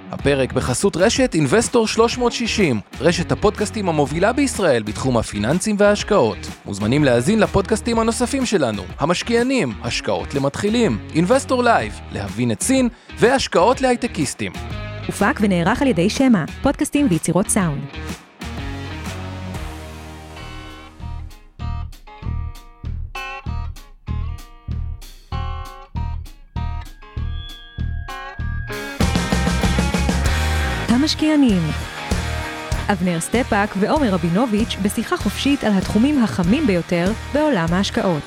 הפרק בחסות רשת Investor 360, רשת הפודקאסטים המובילה בישראל בתחום הפיננסים וההשקעות. מוזמנים להאזין לפודקאסטים הנוספים שלנו, המשקיענים, השקעות למתחילים, Investor Live, להבין את סין והשקעות להייטקיסטים. הופק ונערך על ידי שמה, פודקאסטים ויצירות סאונד. המשקיענים. אבנר סטפאק ועומר רבינוביץ' בשיחה חופשית על התחומים החמים ביותר בעולם ההשקעות.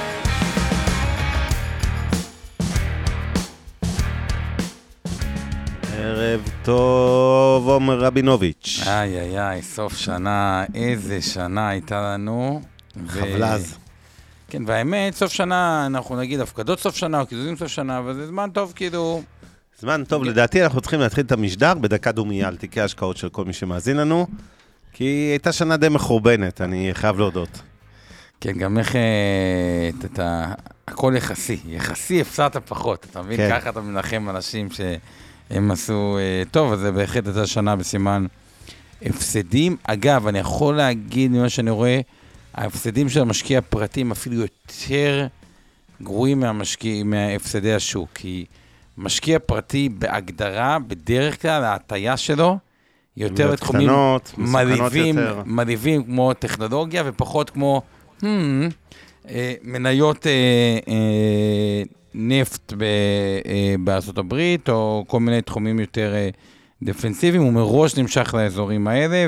ערב טוב, עומר רבינוביץ'. איי, סוף שנה, איזה שנה הייתה לנו. חבלז. כן, והאמת, סוף שנה, אנחנו נגיד הפקדות סוף שנה או קיזוזים סוף שנה, אבל זה זמן טוב כאילו... זמן טוב, לדעתי אנחנו צריכים להתחיל את המשדר בדקה דומיה על תיקי ההשקעות של כל מי שמאזין לנו, כי הייתה שנה די מחורבנת, אני חייב להודות. כן, גם איך הכל יחסי הפסדת פחות, אתה מבין? ככה אתה מנחם אנשים שהם עשו טוב, אז זה בהחלט הייתה שנה בסימן הפסדים. אגב, אני יכול להגיד ממה שאני רואה, ההפסדים של המשקיע הפרטיים אפילו יותר גרועים מהפסדי השוק, כי... משקיע פרטי בהגדרה, בדרך כלל, ההטיה שלו, יותר לתחומים מלהיבים כמו טכנולוגיה, ופחות כמו מניות נפט בארצות הברית, או כל מיני תחומים יותר דפנסיביים, הוא מראש נמשך לאזורים האלה,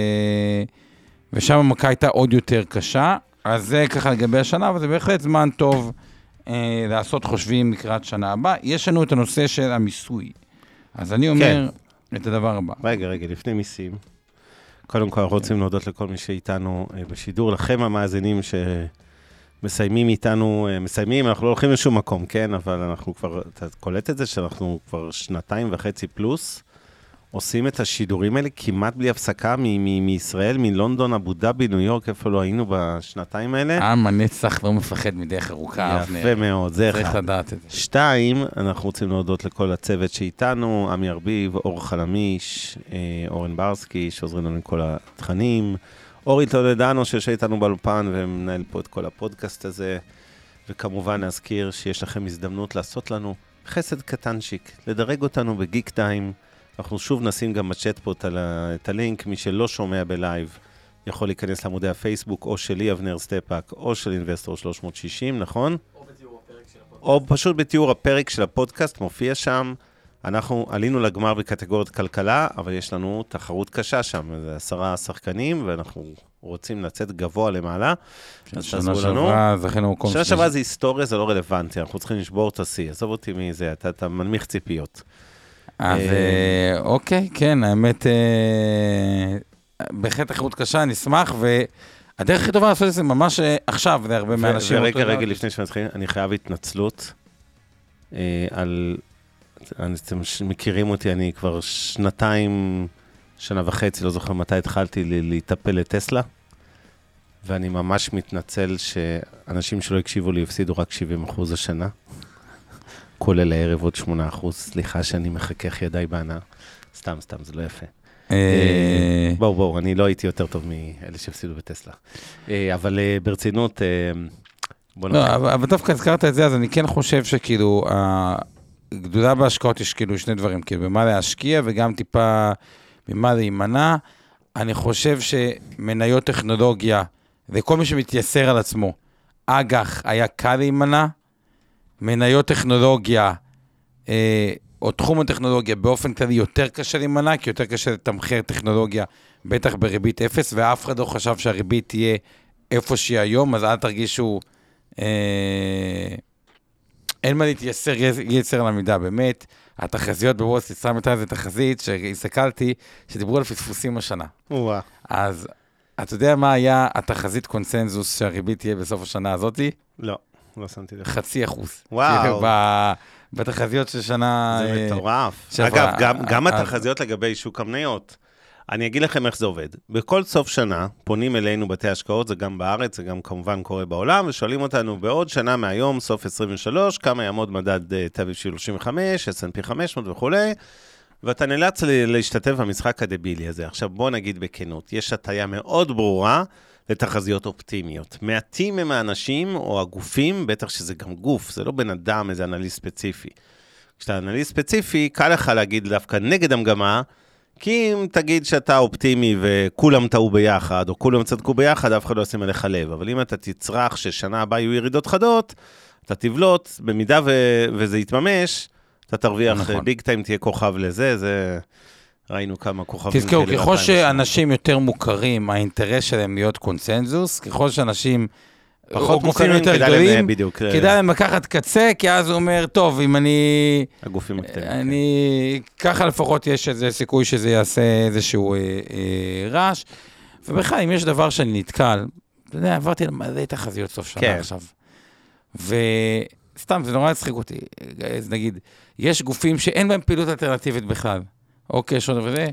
ושם המכה הייתה עוד יותר קשה, אז זה ככה לגבי השנה, אבל זה בהחלט זמן טוב, לעשות חושבים לקראת שנה הבאה. יש לנו את הנושא של המיסוי. אז אני אומר את הדבר הבא. רגע, לפני מיסים. קודם כל, אנחנו רוצים להודות לכל מי שאיתנו בשידור. לכם המאזינים שמסיימים איתנו, אנחנו לא הולכים לשום מקום, כן? אבל אנחנו כבר, אתה קולט את זה שאנחנו כבר 2.5 פלוס, עושים את השידורים האלה כמעט בלי הפסקה מישראל, מלונדון, אבו דאבי, ניו יורק, איפה לא היינו בשנתיים האלה. הנצח לא מפחד מדרך ארוכה, אבנר. יפה מאוד, זה אחד. צריך לדעת את זה. 2, אנחנו רוצים להודות לכל הצוות שאיתנו, עמי ארביב, אור חלמיש, אורן ברסקי, שעוזרים לנו עם כל התכנים, אורי תולדנו שיושב איתנו באולפן ומנהל פה את כל הפודקאסט הזה, וכמובן להזכיר שיש לכם הזדמנות לעשות לנו חסד קטנשיק, לדרג אותנו בגיק טיים, אנחנו שוב נשים גם בצ'אטפוט את הלינק, מי שלא שומע בלייב יכול להיכנס לעמודי הפייסבוק, או שלי אבנר סטפאק, או של אינבסטור 360, נכון? או בתיאור הפרק של הפודקאסט. או פשוט בתיאור הפרק של הפודקאסט, מופיע שם. אנחנו עלינו לגמר בקטגוריית כלכלה, אבל יש לנו תחרות קשה שם, זה 10 שחקנים, ואנחנו רוצים לצאת גבוה למעלה. שנה שעברה, זכינו מקום שנה שעברה זה היסטוריה, זה לא רלוונטי, אנחנו צריכים לשבור את השיא. עזוב אותי מזה, אתה מנמיך ציפיות. אז אוקיי, כן, האמת, בהחלט תחרות קשה, אני אשמח, והדרך הכי טובה לעשות את זה ממש עכשיו, זה הרבה מהאנשים. רגע, לפני שמתחילים, אני חייב התנצלות על, אתם מכירים אותי, אני כבר 2 שנה וחצי, לא זוכר מתי התחלתי להיטפל לטסלה, ואני ממש מתנצל שאנשים שלא הקשיבו לי הפסידו רק 70% השנה. כולל הערב עוד 8%, סליחה שאני מחכך ידיי בענה. סתם, זה לא יפה. בואו, אני לא הייתי יותר טוב מאלה שהפסידו בטסלה. אבל ברצינות, בוא נראה. לא, אבל דווקא הזכרת את זה, אז אני כן חושב שכאילו, הגדולה בהשקעות יש כאילו 2 דברים, כאילו במה להשקיע וגם טיפה במה להימנע. אני חושב שמניות טכנולוגיה, וכל מי שמתייסר על עצמו, אג"ח היה קל להימנע, מניות טכנולוגיה, או תחום הטכנולוגיה, באופן כללי יותר קשה להימנע, כי יותר קשה לתמחר טכנולוגיה, בטח בריבית 0, ואף אחד לא חשב שהריבית תהיה איפה שהיא היום, אז אל תרגישו, אין מה להתייסר יצר על המידה, באמת, התחזיות בוול סטריט, שם איתה זה תחזית שהסתכלתי, שדיברו על פספוסים השנה. אז אתה יודע מה היה התחזית קונסנזוס שהריבית תהיה בסוף השנה הזאת? לא. לא שמתי לך. 0.5%. וואו. בתחזיות של שנה... זה מטורף. אגב, גם התחזיות לגבי שוק המניות. אני אגיד לכם איך זה עובד. בכל סוף שנה פונים אלינו בתי השקעות, זה גם בארץ, זה גם כמובן קורה בעולם, ושואלים אותנו בעוד שנה מהיום, סוף 23, כמה יעמוד מדד תל אביב 35, S&P 500 וכו'. ואתה נאלץ להשתתף במשחק הדבילי הזה. עכשיו בוא נגיד בכנות, יש הטיה מאוד ברורה לתחזיות אופטימיות. מעטים הם האנשים או הגופים, בטח שזה גם גוף, זה לא בן אדם, איזה אנליסט ספציפי. כשאתה אנליסט ספציפי, קל לך להגיד דווקא נגד המגמה, כי אם תגיד שאתה אופטימי וכולם טעו ביחד, או כולם צדקו ביחד, אף אחד לא ישים עליך לב. אבל אם אתה תצרח ששנה הבאה יהיו ירידות חדות, אתה תבלוט, במידה וזה יתממש, אתה תרוויח ביג טיים, תהיה כוכב לזה, זה... ראינו כמה כוכבים. תזכרו, ככל שאנשים יותר מוכרים, האינטרס שלהם להיות קונסנזוס, ככל שאנשים... פחות מוכרים, כדאי להם בדיוק. כדאי להם לקחת קצה, כי אז הוא אומר, טוב, אם אני... הגופים הקטנים. אני... ככה לפחות יש איזה סיכוי שזה יעשה איזשהו רעש. ובכלל, אם יש דבר שאני נתקל, אתה יודע, עברתי למלא תחזיות סוף שנה עכשיו. וסתם, זה נורא הצחיק אותי. אז נגיד, יש גופים שאין בהם פעילות אלטרנטיבית בכלל. אוקיי, שונה וזה.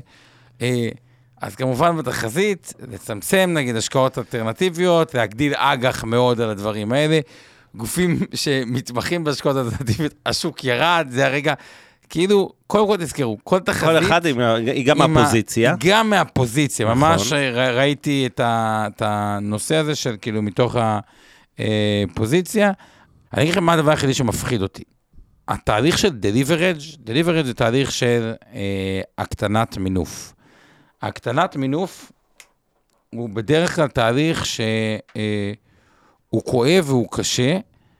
אז כמובן בתחזית, לצמצם נגיד השקעות אלטרנטיביות, להגדיל אג"ח מאוד על הדברים האלה. גופים שמתמחים בהשקעות אלטרנטיביות, השוק ירד, זה הרגע, כאילו, קודם כל תזכרו, כל תחזית... כל אחד היא גם מהפוזיציה. גם מהפוזיציה, ממש ראיתי את הנושא הזה של כאילו מתוך הפוזיציה. אני אגיד לכם מה הדבר היחידי שמפחיד אותי. התהליך של deliverage זה תהליך של הקטנת מינוף. הקטנת מינוף הוא בדרך כלל תהליך שהוא כואב והוא קשה,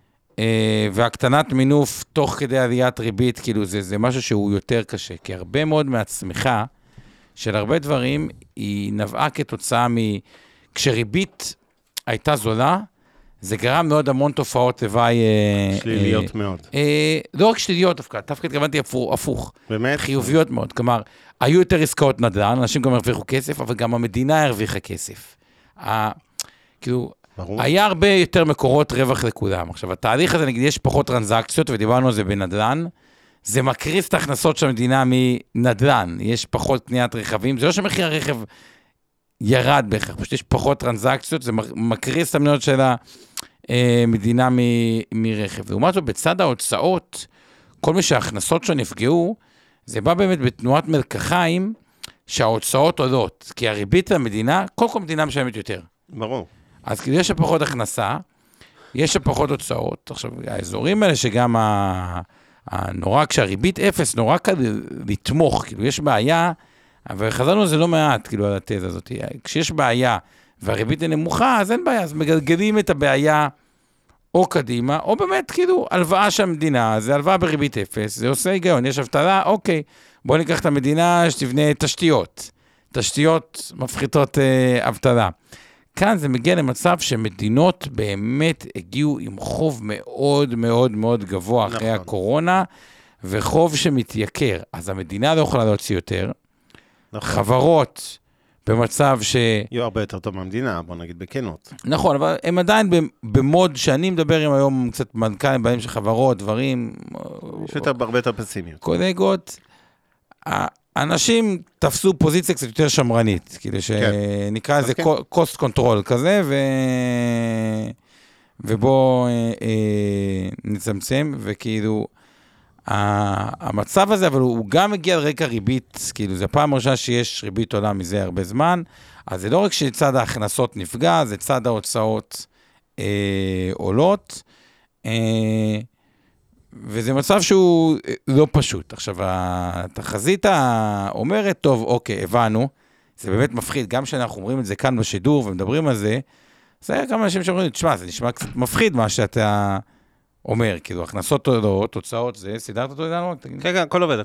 והקטנת מינוף תוך כדי עליית ריבית, כאילו זה משהו שהוא יותר קשה, כי הרבה מאוד מהצמיחה של הרבה דברים היא נבעה כתוצאה כשריבית הייתה זולה, זה גרם מאוד המון תופעות לוואי... שליליות מאוד. לא רק שליליות דווקא התכוונתי הפוך. באמת? חיוביות מאוד. כלומר, היו יותר עסקאות נדל"ן, אנשים גם הרוויחו כסף, אבל גם המדינה הרוויחה כסף. כאילו, היה הרבה יותר מקורות רווח לכולם. עכשיו, התהליך הזה, נגיד, יש פחות טרנזקציות, ודיברנו על זה בנדל"ן, זה מקריס את ההכנסות של המדינה מנדל"ן. יש פחות קניית רכבים, זה לא שמחיר הרכב ירד בהכרח, פשוט יש פחות טרנזקציות, זה מקריס את המניות של המדינה מרכב. לעומת זאת, בצד ההוצאות, כל מי שההכנסות שנפגעו, זה בא באמת בתנועת מלקחיים, שההוצאות עולות, כי הריבית למדינה, כל מדינה משלמת יותר. ברור. אז כאילו יש פחות הכנסה, יש פחות הוצאות. עכשיו, האזורים האלה שגם הנורא, כשהריבית אפס, נורא קל לתמוך, כאילו יש בעיה, אבל חזרנו זה לא מעט, כאילו, על התזה הזאת. כשיש בעיה והריבית היא נמוכה, אז אין בעיה, אז מגלגלים את הבעיה או קדימה, או באמת, כאילו, הלוואה של המדינה, זה הלוואה בריבית אפס, זה עושה היגיון, יש אבטלה, אוקיי, בואו ניקח את המדינה שתבנה תשתיות מפחיתות אבטלה. כאן זה מגיע למצב שמדינות באמת הגיעו עם חוב מאוד מאוד מאוד גבוה אחרי הקורונה, וחוב שמתייקר, אז המדינה לא יכולה להוציא יותר, חברות במצב יהיו הרבה יותר טוב מהמדינה, בוא נגיד בכנות. נכון, אבל הם עדיין במוד שאני מדבר עם היום קצת מנכ"לים בהם של חברות, דברים... יש הרבה יותר פסימיות. קולגות, אנשים תפסו פוזיציה קצת יותר שמרנית, כאילו שנקרא לזה cost control כזה, ובוא נצמצם, וכאילו... המצב הזה, אבל הוא גם מגיע על רקע ריבית, כאילו זה פעם ראשונה שיש ריבית עולה מזה הרבה זמן, אז זה לא רק שצד ההכנסות נפגע, זה צד ההוצאות עולות, וזה מצב שהוא לא פשוט. עכשיו, התחזית אומרת, טוב, אוקיי, הבנו, זה באמת מפחיד, גם שאנחנו אומרים את זה כאן בשידור ומדברים על זה, זה היה כמה אנשים שאומרים, תשמע, זה נשמע קצת מפחיד מה שאתה... אומר, כאילו, הכנסות או תוצאות, זה, סידרת אותו לדענו? כן, הכל עובד.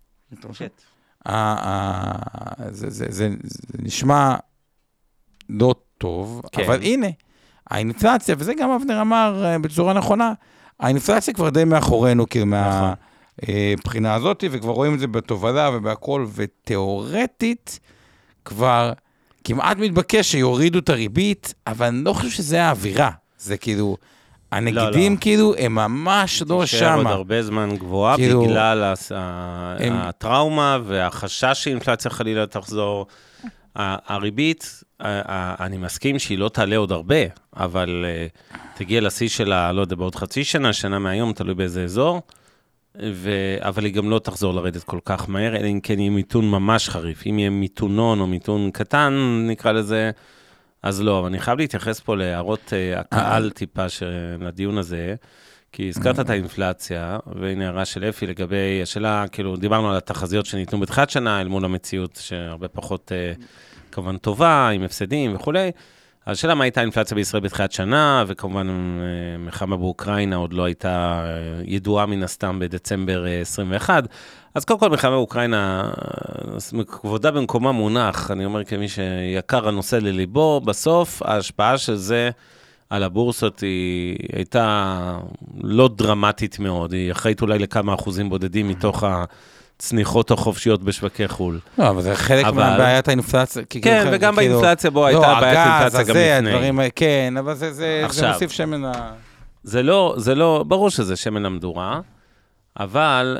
זה נשמע לא טוב, אבל הנה, האינפלציה, וזה גם אבנר אמר בצורה נכונה, האינפלציה כבר די מאחורינו, כאילו, מהבחינה הזאת, וכבר רואים את זה בתובלה ובהכל, ותיאורטית, כבר כמעט מתבקש שיורידו את הריבית, אבל אני לא חושב שזה האווירה, זה כאילו... הנגידים כאילו הם ממש לא שמה. תשאר עוד הרבה זמן גבוהה בגלל הטראומה והחשש שאינפלציה חלילה תחזור. הריבית, אני מסכים שהיא לא תעלה עוד הרבה, אבל תגיע לשיא שלה, לא יודע, בעוד חצי שנה, שנה מהיום, תלוי באיזה אזור, אבל היא גם לא תחזור לרדת כל כך מהר, אלא אם כן יהיה מיתון ממש חריף. אם יהיה מיתונון או מיתון קטן, נקרא לזה, אז לא. אבל אני חייב להתייחס פה להערות הקהל טיפה לדיון הזה, כי הזכרת את האינפלציה, והנה הערה של אפי לגבי השאלה, כאילו דיברנו על התחזיות שניתנו בתחילת שנה, אל מול המציאות שהרבה פחות כמובן טובה, עם הפסדים וכולי. השאלה מה הייתה האינפלציה בישראל בתחילת שנה, וכמובן מלחמה באוקראינה עוד לא הייתה ידועה מן הסתם בדצמבר 21. אז קודם כל מלחמה באוקראינה, כבודה במקומה מונח, אני אומר כמי שיקר הנושא לליבו, בסוף ההשפעה של זה על הבורסות היא הייתה לא דרמטית מאוד, היא אחראית אולי לכמה אחוזים בודדים מתוך צניחות החופשיות בשווקי חול. לא, אבל זה חלק מהבעיית האינפלציה. כן, וגם באינפלציה בו הייתה בעיית האינפלציה גם לפני. כן, אבל זה מוסיף שמן זה לא, ברור שזה שמן למדורה, אבל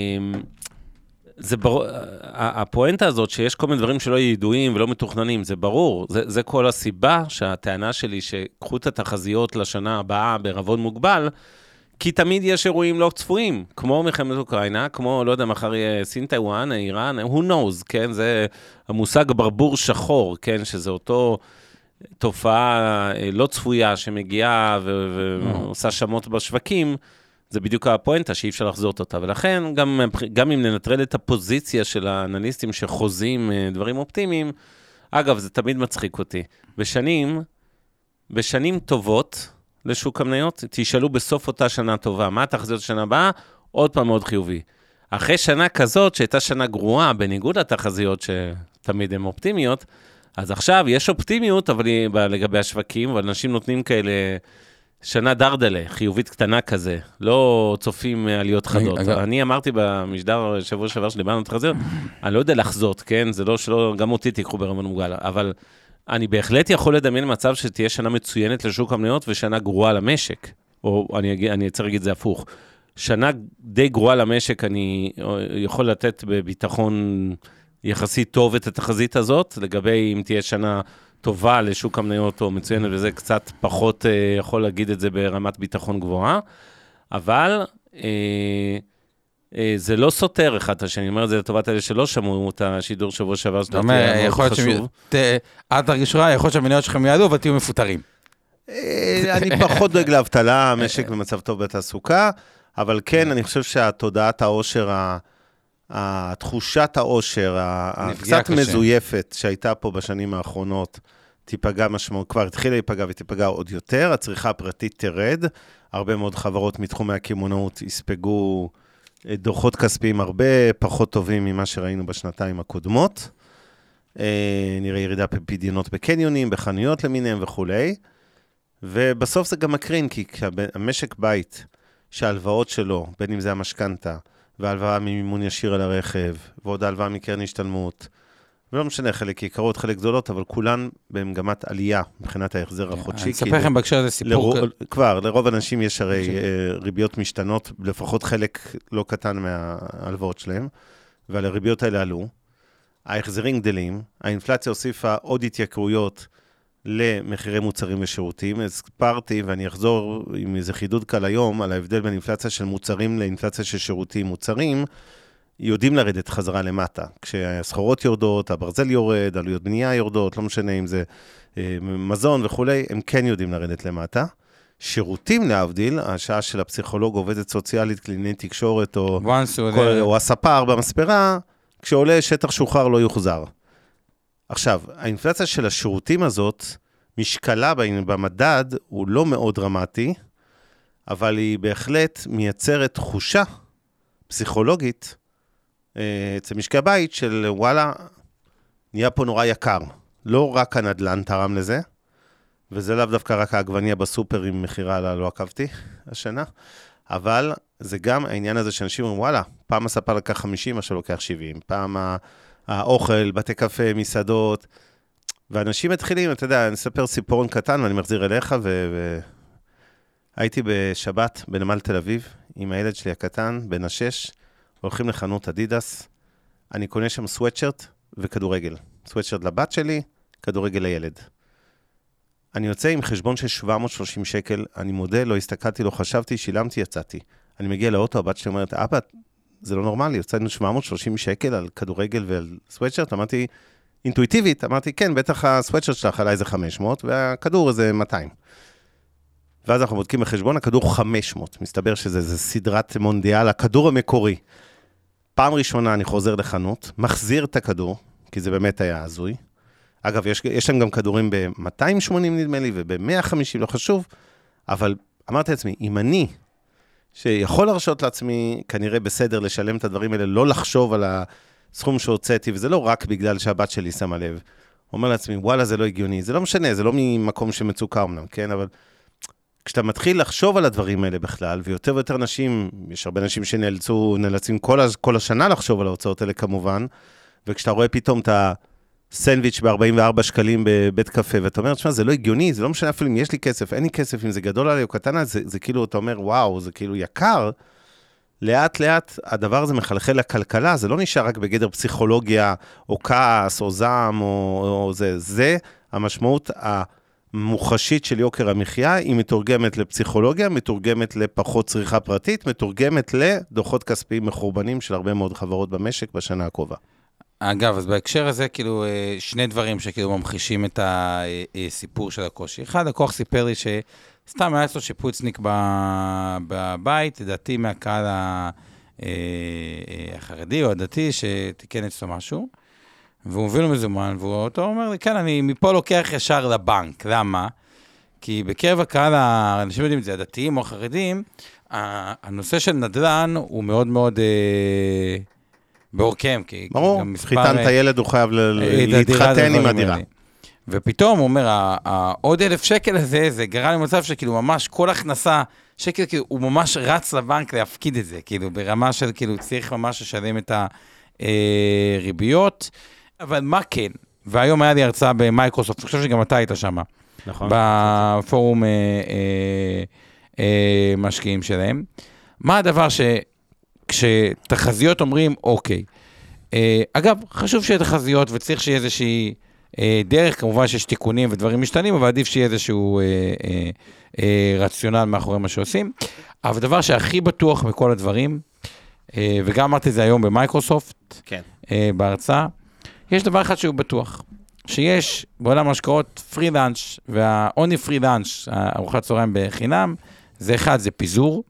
הפואנטה הזאת שיש כל מיני דברים שלא ידועים ולא מתוכננים, זה ברור. זה כל הסיבה שהטענה שלי שקחו את התחזיות לשנה הבאה בערבון מוגבל, כי תמיד יש אירועים לא צפויים, כמו מלחמת אוקראינה, כמו, לא יודע, מחר יהיה סין, טיואן, איראן, who knows, כן? זה המושג ברבור שחור, כן? שזה אותו תופעה לא צפויה שמגיעה ועושה שמות בשווקים, זה בדיוק הפואנטה שאי אפשר לחזור אותה, ולכן גם אם ננטרל את הפוזיציה של האנליסטים שחוזים דברים אופטימיים, אגב, זה תמיד מצחיק אותי. בשנים טובות, לשוק המניות, תשאלו בסוף אותה שנה טובה, מה התחזיות השנה הבאה? עוד פעם מאוד חיובי. אחרי שנה כזאת, שהייתה שנה גרועה, בניגוד לתחזיות שתמיד הן אופטימיות, אז עכשיו יש אופטימיות, אבל לגבי השווקים, אבל אנשים נותנים כאלה שנה דרדלה, חיובית קטנה כזה, לא צופים עליות חדות. אני אמרתי במשדר שבוע שעבר שדיברנו על תחזיות, אני לא יודע לחזות, כן? זה לא שלא, גם אותי תיקחו ברמן מוגל, אבל אני בהחלט יכול לדמיין מצב שתהיה שנה מצוינת לשוק המניות ושנה גרועה למשק, או אני צריך להגיד זה הפוך. שנה די גרועה למשק, אני יכול לתת בביטחון יחסית טוב את התחזית הזאת, לגבי אם תהיה שנה טובה לשוק המניות או מצוינת, וזה קצת פחות יכול להגיד את זה ברמת ביטחון גבוהה, אבל זה לא סותר אחד השני, אומר את זה לטובת אלה שלא שמעו את השידור שבוע שעבר, זאת אומרת, יכול להיות אל תרגיש רע, יכול להיות שהמניות שלכם יעלו, אבל תהיו מפוטרים. אני פחות דואג לאבטלה, המשק במצב טוב בתעסוקה, אבל כן, אני חושב שהתודעת העושר, התחושת העושר, הקצת מזויפת שהייתה פה בשנים האחרונות, תיפגע משמעות, כבר התחילה להיפגע ותיפגע עוד יותר, הצריכה הפרטית תרד, הרבה מאוד חברות מתחומי הקמעונאות יספגו דוחות כספיים הרבה פחות טובים ממה שראינו בשנתיים הקודמות, נראה ירידה בפדיונות בקניונים, בחנויות למיניהם וכולי, ובסוף זה גם מקרין, כי המשק בית שההלוואות שלו, בין אם זה המשכנתה, והלוואה ממימון ישיר על הרכב, ועוד הלוואה מקרן השתלמות, ולא משנה, חלק יקרות, חלק גדולות, אבל כולן במגמת עלייה, מבחינת ההחזר החודשי. אני אספר לכם בהקשר הזה סיפור. כבר, לרוב אנשים יש הרי ריביות משתנות, לפחות חלק לא קטן מההלוואות שלהם, ועל הריביות האלה עלו. ההחזרים גדלים, האינפלציה הוסיפה עוד התייקרויות למחירי מוצרים ושירותים. הספרתי, ואני אחזור עם איזה חידוד קל היום, על ההבדל בין אינפלציה של מוצרים לאינפלציה של שירותים. מוצרים יודעים לרדת חזרה למטה. כשהסחורות יורדות, הברזל יורד, עלויות בנייה יורדות, לא משנה אם זה מזון וכולי, הם כן יודעים לרדת למטה. שירותים להבדיל, השעה של הפסיכולוג, עובדת סוציאלית, קלינית תקשורת, או הספר במספרה, כשעולה שטח שוחרר לא יוחזר. עכשיו, האינפלציה של השירותים הזאת, משקלה במדד הוא לא מאוד דרמטי, אבל היא בהחלט מייצרת תחושה פסיכולוגית אצל משקי הבית של וואלה, נהיה פה נורא יקר. לא רק הנדלן תרם לזה, וזה לאו דווקא רק העגבניה בסופר עם מחירה לא עקבתי השנה, אבל זה גם העניין הזה שאנשים אומרים, וואלה, פעם הספר לקח 50, מה שלוקח 70, פעם האוכל, בתי קפה, מסעדות, ואנשים מתחילים, אתה יודע, אני אספר סיפורון קטן, ואני מחזיר אליך, הייתי בשבת בנמל תל אביב, עם הילד שלי הקטן, בן 6, הולכים לחנות אדידס, אני קונה שם סוואטשרט וכדורגל. סוואטשרט לבת שלי, כדורגל לילד. אני יוצא עם חשבון של 730 שקל, אני מודה, לא הסתכלתי, לא חשבתי, שילמתי, יצאתי. אני מגיע לאוטו, הבת שלי אומרת, אבא, זה לא נורמלי, יוצאנו 730 שקל על כדורגל ועל סוואטשרט, אמרתי, אינטואיטיבית, אמרתי, כן, בטח הסוואטשרט שלך עליי זה 500, והכדור זה 200. ואז אנחנו בודקים בחשבון, הכדור 500, מסתבר שזה סדרת מונדיאל, הכדור המקורי. פעם ראשונה אני חוזר לחנות, מחזיר את הכדור, כי זה באמת היה הזוי. אגב, יש להם גם כדורים ב-280 נדמה לי, וב-150, לא חשוב, אבל אמרתי לעצמי, אם אני, שיכול להרשות לעצמי, כנראה בסדר לשלם את הדברים האלה, לא לחשוב על הסכום שהוצאתי, וזה לא רק בגלל שהבת שלי שמה לב, אומר לעצמי, וואלה, זה לא הגיוני, זה לא משנה, זה לא ממקום שמצוקה אומנם, כן, אבל כשאתה מתחיל לחשוב על הדברים האלה בכלל, ויותר ויותר נשים, יש הרבה נשים שנאלצים כל השנה לחשוב על ההוצאות האלה כמובן, וכשאתה רואה פתאום את הסנדוויץ' ב-44 שקלים בבית קפה, ואתה אומר, תשמע, זה לא הגיוני, זה לא משנה אפילו אם יש לי כסף, אין לי כסף, אם זה גדול עליי או קטן עליי, זה כאילו, אתה אומר, וואו, זה כאילו יקר. לאט לאט הדבר הזה מחלחל לכלכלה, זה לא נשאר רק בגדר פסיכולוגיה, או כעס, או זעם, או זה המשמעות המוחשית של יוקר המחיה, היא מתורגמת לפסיכולוגיה, מתורגמת לפחות צריכה פרטית, מתורגמת לדוחות כספיים מחורבנים של הרבה מאוד חברות במשק בשנה הקרובה. אגב, אז בהקשר הזה, כאילו, שני דברים שכאילו ממחישים את הסיפור של הקושי. אחד, הכוח סיפר לי שסתם היה אצלו שיפוצניק בבית, לדעתי מהקהל החרדי או הדתי, שתיקן אצלו משהו, והוא מביא לו מזומן, והוא אומר לי, כן, אני מפה לוקח ישר לבנק. למה? כי בקרב הקהל, האנשים יודעים את זה, הדתיים או החרדים, הנושא של נדל"ן הוא מאוד מאוד באורקם. ברור, חיתן את הילד, הוא חייב להתחתן עם הדירה. ופתאום הוא אומר, עוד 1,000 שקל הזה, זה גרם למצב שכאילו ממש כל הכנסה, שקל כאילו הוא ממש רץ לבנק להפקיד את זה, כאילו ברמה של כאילו צריך ממש לשלם את הריביות, אבל מה כן? והיום היה לי הרצאה במייקרוסופט, אני חושב שגם אתה היית שם, נכון. בפורום משקיעים שלהם. מה הדבר כשתחזיות אומרים, אוקיי. אגב, חשוב שיהיה תחזיות וצריך שיהיה איזושהי דרך, כמובן שיש תיקונים ודברים משתנים, אבל עדיף שיהיה איזשהו רציונל מאחורי מה שעושים. אבל הדבר שהכי בטוח מכל הדברים, וגם אמרתי את זה היום במייקרוסופט, כן. בהרצאה, יש דבר אחד שהוא בטוח, שיש בעולם השקעות פרי לאנץ' והאוני פרי לאנץ', ארוחת צהריים בחינם, זה אחד, זה פיזור,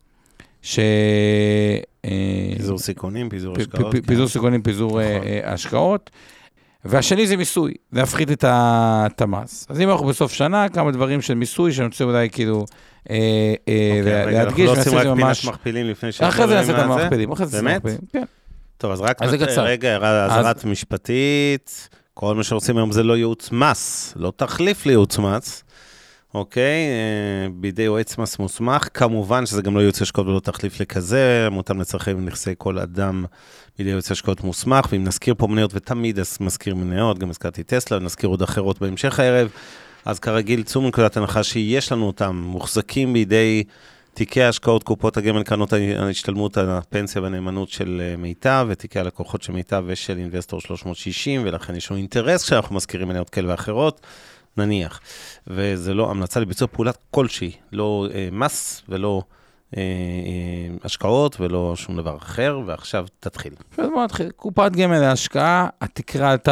פיזור סיכונים, פיזור השקעות. פיזור סיכונים, פיזור השקעות. והשני זה מיסוי, להפחית את המס. אז אם אנחנו בסוף שנה, כמה דברים של מיסוי, שאני רוצה אולי כאילו להדגיש. אנחנו לא עושים רק פינת מכפילים לפני אחרי זה נעשה את המכפילים. באמת? כן. טוב, אז רק רגע, הזרת משפטית, כל מה שעושים היום זה לא ייעוץ מס, לא תחליף לייעוץ מס. אוקיי, בידי יועץ מס מוסמך, כמובן שזה גם לא ייעוץ השקעות ולא תחליף לכזה, מותם לצרכי ונכסי כל אדם בידי יועץ השקעות מוסמך, ואם נזכיר פה מניות, ותמיד מזכיר מניות, גם הזכרתי טסלה, נזכיר עוד אחרות בהמשך הערב, אז כרגיל צאו מנקודת הנחה שיש לנו אותם, מוחזקים בידי תיקי ההשקעות, קופות הגמל, קרנות ההשתלמות, הפנסיה והנאמנות של מיטב, ותיקי הלקוחות של מיטב ושל אינבסטור 360, ולכן יש לנו אינטרס כשאנחנו מזכירים מניות כאלה ואחרות, נניח, וזה לא המלצה לביצוע פעולת כלשהי, לא מס ולא השקעות ולא שום דבר אחר, ועכשיו תתחיל. קופת גמל להשקעה, התקרה עלתה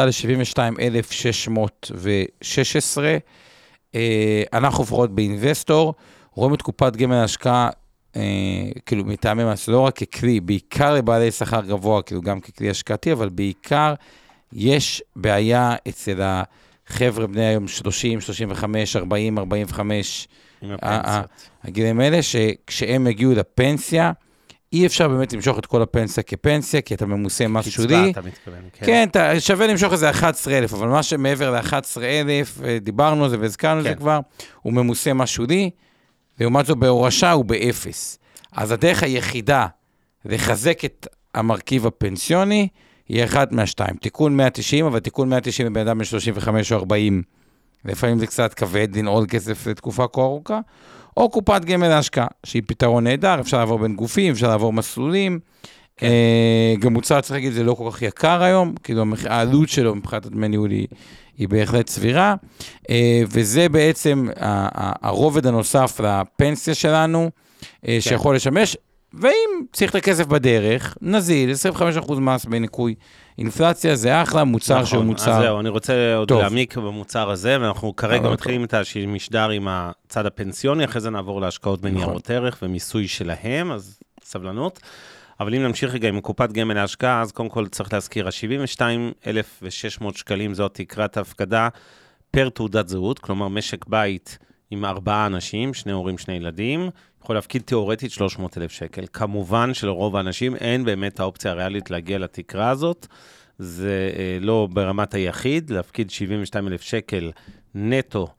ל-72,616, אנחנו לפחות באינבסטור, רואים את קופת גמל להשקעה, כאילו מטעמי מס, לא רק ככלי, בעיקר לבעלי שכר גבוה, כאילו גם ככלי השקעתי, אבל בעיקר יש בעיה אצל חבר'ה בני היום 30, 35, 40, 45, הגילים האלה, שכשהם הגיעו לפנסיה, אי אפשר באמת למשוך את כל הפנסיה כפנסיה, כי אתה ממוסה מס שולי. אתה מתכוון, כן. כן, אתה שווה למשוך איזה 11,000, אבל מה שמעבר ל-11,000, דיברנו על זה והזכרנו זה כבר, הוא ממוסה מס שולי, לעומת זו בהורשה הוא באפס. אז הדרך היחידה לחזק את המרכיב הפנסיוני, היא אחד מהשתיים. תיקון 190, אבל תיקון 190 בבן אדם ב-35 או 40, לפעמים זה קצת כבד, לנעול כסף לתקופה כה ארוכה, או קופת גמל להשקעה, שהיא פתרון נהדר, אפשר לעבור בין גופים, אפשר לעבור מסלולים, גם מוצר, צריך להגיד, זה לא כל כך יקר היום, כאילו העלות שלו מבחינת הדמי ניהול היא בהחלט סבירה, וזה בעצם הרובד הנוסף לפנסיה שלנו, שיכול לשמש, ואם צריך את הכסף בדרך, נזיל, 25% מס בניקוי אינפלציה, זה אחלה מוצר שהוא מוצר. אז זהו, אני רוצה עוד להעמיק במוצר הזה, ואנחנו כרגע מתחילים את המשדר עם הצד הפנסיוני, אחרי זה נעבור להשקעות בניירות ערך ומיסוי שלהם, אז סבלנות. אבל אם נמשיך רגע עם קופת גמל להשקעה, אז קודם כל צריך להזכיר, 72,600 שקלים זאת תקרת ההפקדה פר תעודת זהות, כלומר משק בית עם 4 אנשים, 2 הורים, 2 ילדים, יכול להפקיד תיאורטית 300,000 שקל. כמובן שלרוב האנשים אין באמת האופציה הריאלית להגיע לתקרה הזאת, זה לא ברמת היחיד, להפקיד 72,000 שקל נטו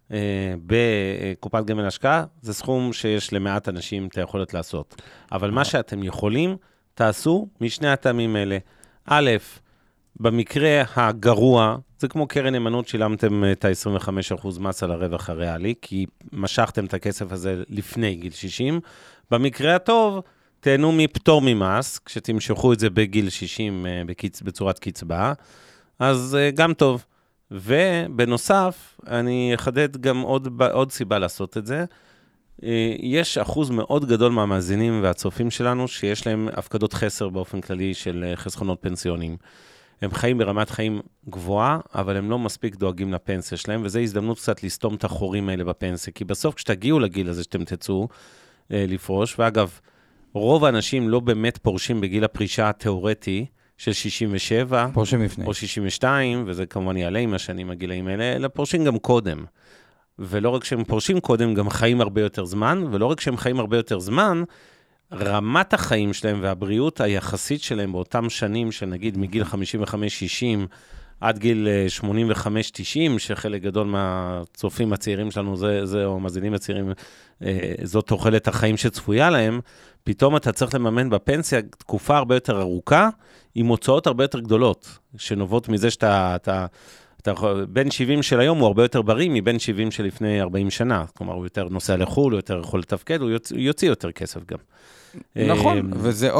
בקופת גמל השקעה, זה סכום שיש למעט אנשים את היכולת לעשות. אבל מה שאתם יכולים, תעשו משני הטעמים האלה. א', במקרה הגרוע, זה כמו קרן נאמנות, שילמתם את ה-25% מס על הרווח הריאלי, כי משכתם את הכסף הזה לפני גיל 60. במקרה הטוב, תהנו מפטור ממס, כשתמשכו את זה בגיל 60 בצורת קצבה, אז גם טוב. ובנוסף, אני אחדד גם עוד סיבה לעשות את זה. יש אחוז מאוד גדול מהמאזינים והצופים שלנו, שיש להם הפקדות חסר באופן כללי של חסכונות פנסיוניים. הם חיים ברמת חיים גבוהה, אבל הם לא מספיק דואגים לפנסיה שלהם, וזו הזדמנות קצת לסתום את החורים האלה בפנסיה, כי בסוף כשתגיעו לגיל הזה שאתם תצאו לפרוש, ואגב, רוב האנשים לא באמת פורשים בגיל הפרישה התיאורטי של 67, פורשים לפני. או 62, וזה כמובן יעלה עם השנים הגילאים האלה, אלא פורשים גם קודם. ולא רק שהם פורשים קודם, גם חיים הרבה יותר זמן, ולא רק שהם חיים הרבה יותר זמן, רמת החיים שלהם והבריאות היחסית שלהם באותם שנים, שנגיד מגיל 55-60 עד גיל 85-90, שחלק גדול מהצופים הצעירים שלנו, או המאזינים הצעירים, זאת תוחלת החיים שצפויה להם, פתאום אתה צריך לממן בפנסיה תקופה הרבה יותר ארוכה, עם הוצאות הרבה יותר גדולות, שנובעות מזה שאתה בין 70 של היום הוא הרבה יותר בריא, מבין 70 של לפני 40 שנה. כלומר, הוא יותר נוסע לחול, הוא יותר יכול לתפקד, הוא יוציא יותר כסף גם. נכון, וזה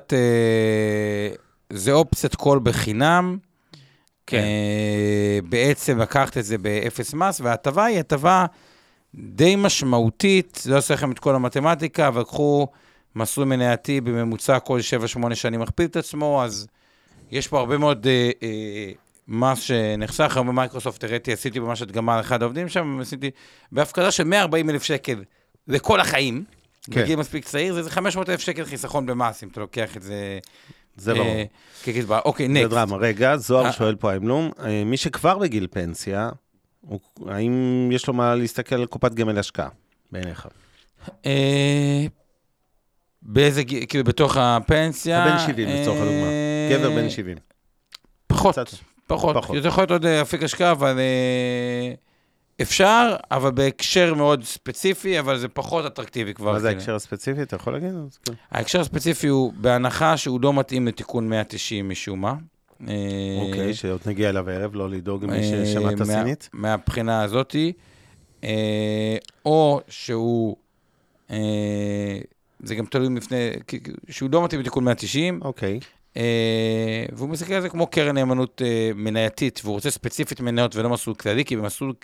אופציית קול בחינם, כן. בעצם לקחת את זה באפס מס, וההטבה היא הטבה די משמעותית, לא עושה לכם את כל המתמטיקה, אבל קחו מסלול מנייתי בממוצע כל 7-8 שנים מכפיל את עצמו, אז יש פה הרבה מאוד מס שנחסך, הרבה מייקרוסופט הראיתי, עשיתי ממש הדגמה על אחד העובדים שם, עשיתי בהפקדה של 140,000 שקל לכל החיים, בגיל מספיק צעיר, זה 500,000 שקל חיסכון במס, אם אתה לוקח את זה. זה ברור. כקצבה. אוקיי, נקסט. זה דרמה. רגע, זוהר שואל פה האמלום, מי שכבר בגיל פנסיה, האם יש לו מה להסתכל על קופת גמל השקעה, בעיניך? באיזה גיל, כאילו בתוך הפנסיה? בן 70 לצורך הדוגמה. גבר בן 70. פחות. זה יכול להיות עוד אפיק השקעה, אבל אפשר, אבל בהקשר מאוד ספציפי, אבל זה פחות אטרקטיבי כבר. מה זה ההקשר הספציפי? אתה יכול להגיד? ההקשר הספציפי הוא בהנחה שהוא לא מתאים לתיקון 190 משום מה. אוקיי, שעוד נגיע אליו הערב, לא לדאוג מי ששמעת הסינית. מהבחינה הזאת, או שהוא, זה גם תלוי לפני, שהוא לא מתאים לתיקון 190. אוקיי. והוא מסתכל על זה כמו קרן נאמנות מנייתית, והוא רוצה ספציפית מניות ולא מסלול כללי, כי במסלול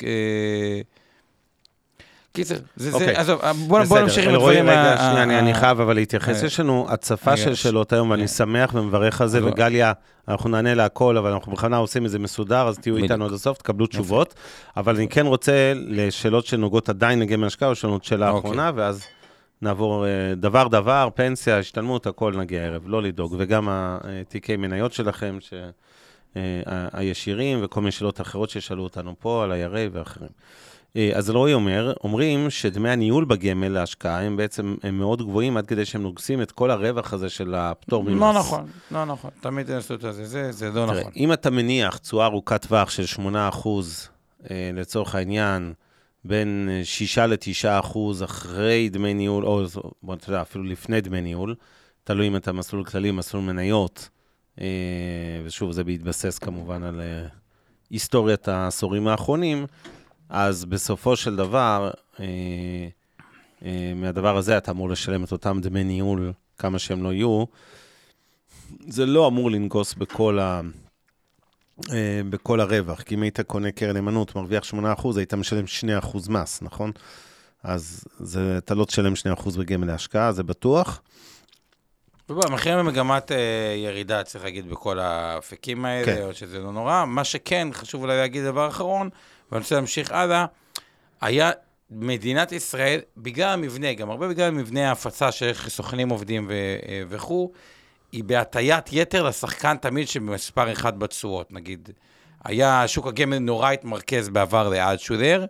קיצר, בוא נמשיך עם הדברים. רגע, שנייה, אני חייב אבל להתייחס. יש לנו הצפה של שאלות היום, ואני שמח ומברך על זה, וגליה, אנחנו נענה להכל, אבל אנחנו בכוונה עושים איזה מסודר, אז תהיו איתנו עד הסוף, תקבלו תשובות, אבל אני כן רוצה לשאלות שנוגעות עדיין לגמל השקעה, או שאלות שאלה האחרונה, ואז נעבור דבר, פנסיה, השתלמות, הכל נגיע הערב, לא לדאוג, וגם התיקי מניות שלכם, הישירים, וכל מיני שאלות אחרות ששאלו אותנו פה, על הירי ואחרים. אז רועי אומרים שדמי הניהול בגמל להשקעה, הם בעצם מאוד גבוהים, עד כדי שהם נוגסים את כל הרווח הזה של הפטור ממס. לא נכון, תמיד תנסו את זה, זה לא נכון. אם אתה מניח תשואה ארוכת טווח של 8%, לצורך העניין, בין 6-9% אחרי דמי ניהול, או בוא נתדע, אפילו לפני דמי ניהול, תלוי אם אתה מסלול כללי, מסלול מניות, ושוב, זה בהתבסס כמובן על היסטוריית העשורים האחרונים, אז בסופו של דבר, מהדבר הזה אתה אמור לשלם את אותם דמי ניהול, כמה שהם לא יהיו, זה לא אמור לנגוס בכל הרווח, כי אם היית קונה קרן נאמנות, מרוויח 8%, היית משלם 2% מס, נכון? אז אתה לא תשלם 2% בגמל להשקעה, זה בטוח. המחירים במגמת ירידה, צריך להגיד, בכל האפקים האלה, או שזה לא נורא. מה שכן, חשוב אולי להגיד דבר אחרון, ואני רוצה להמשיך הלאה, היה מדינת ישראל, בגלל המבנה, גם הרבה בגלל המבנה ההפצה של סוכנים עובדים וכו', היא בהטיית יתר לשחקן תמיד שבמספר אחד בתשואות. נגיד, היה שוק הגמל נורא התמרכז בעבר לאלטשולר.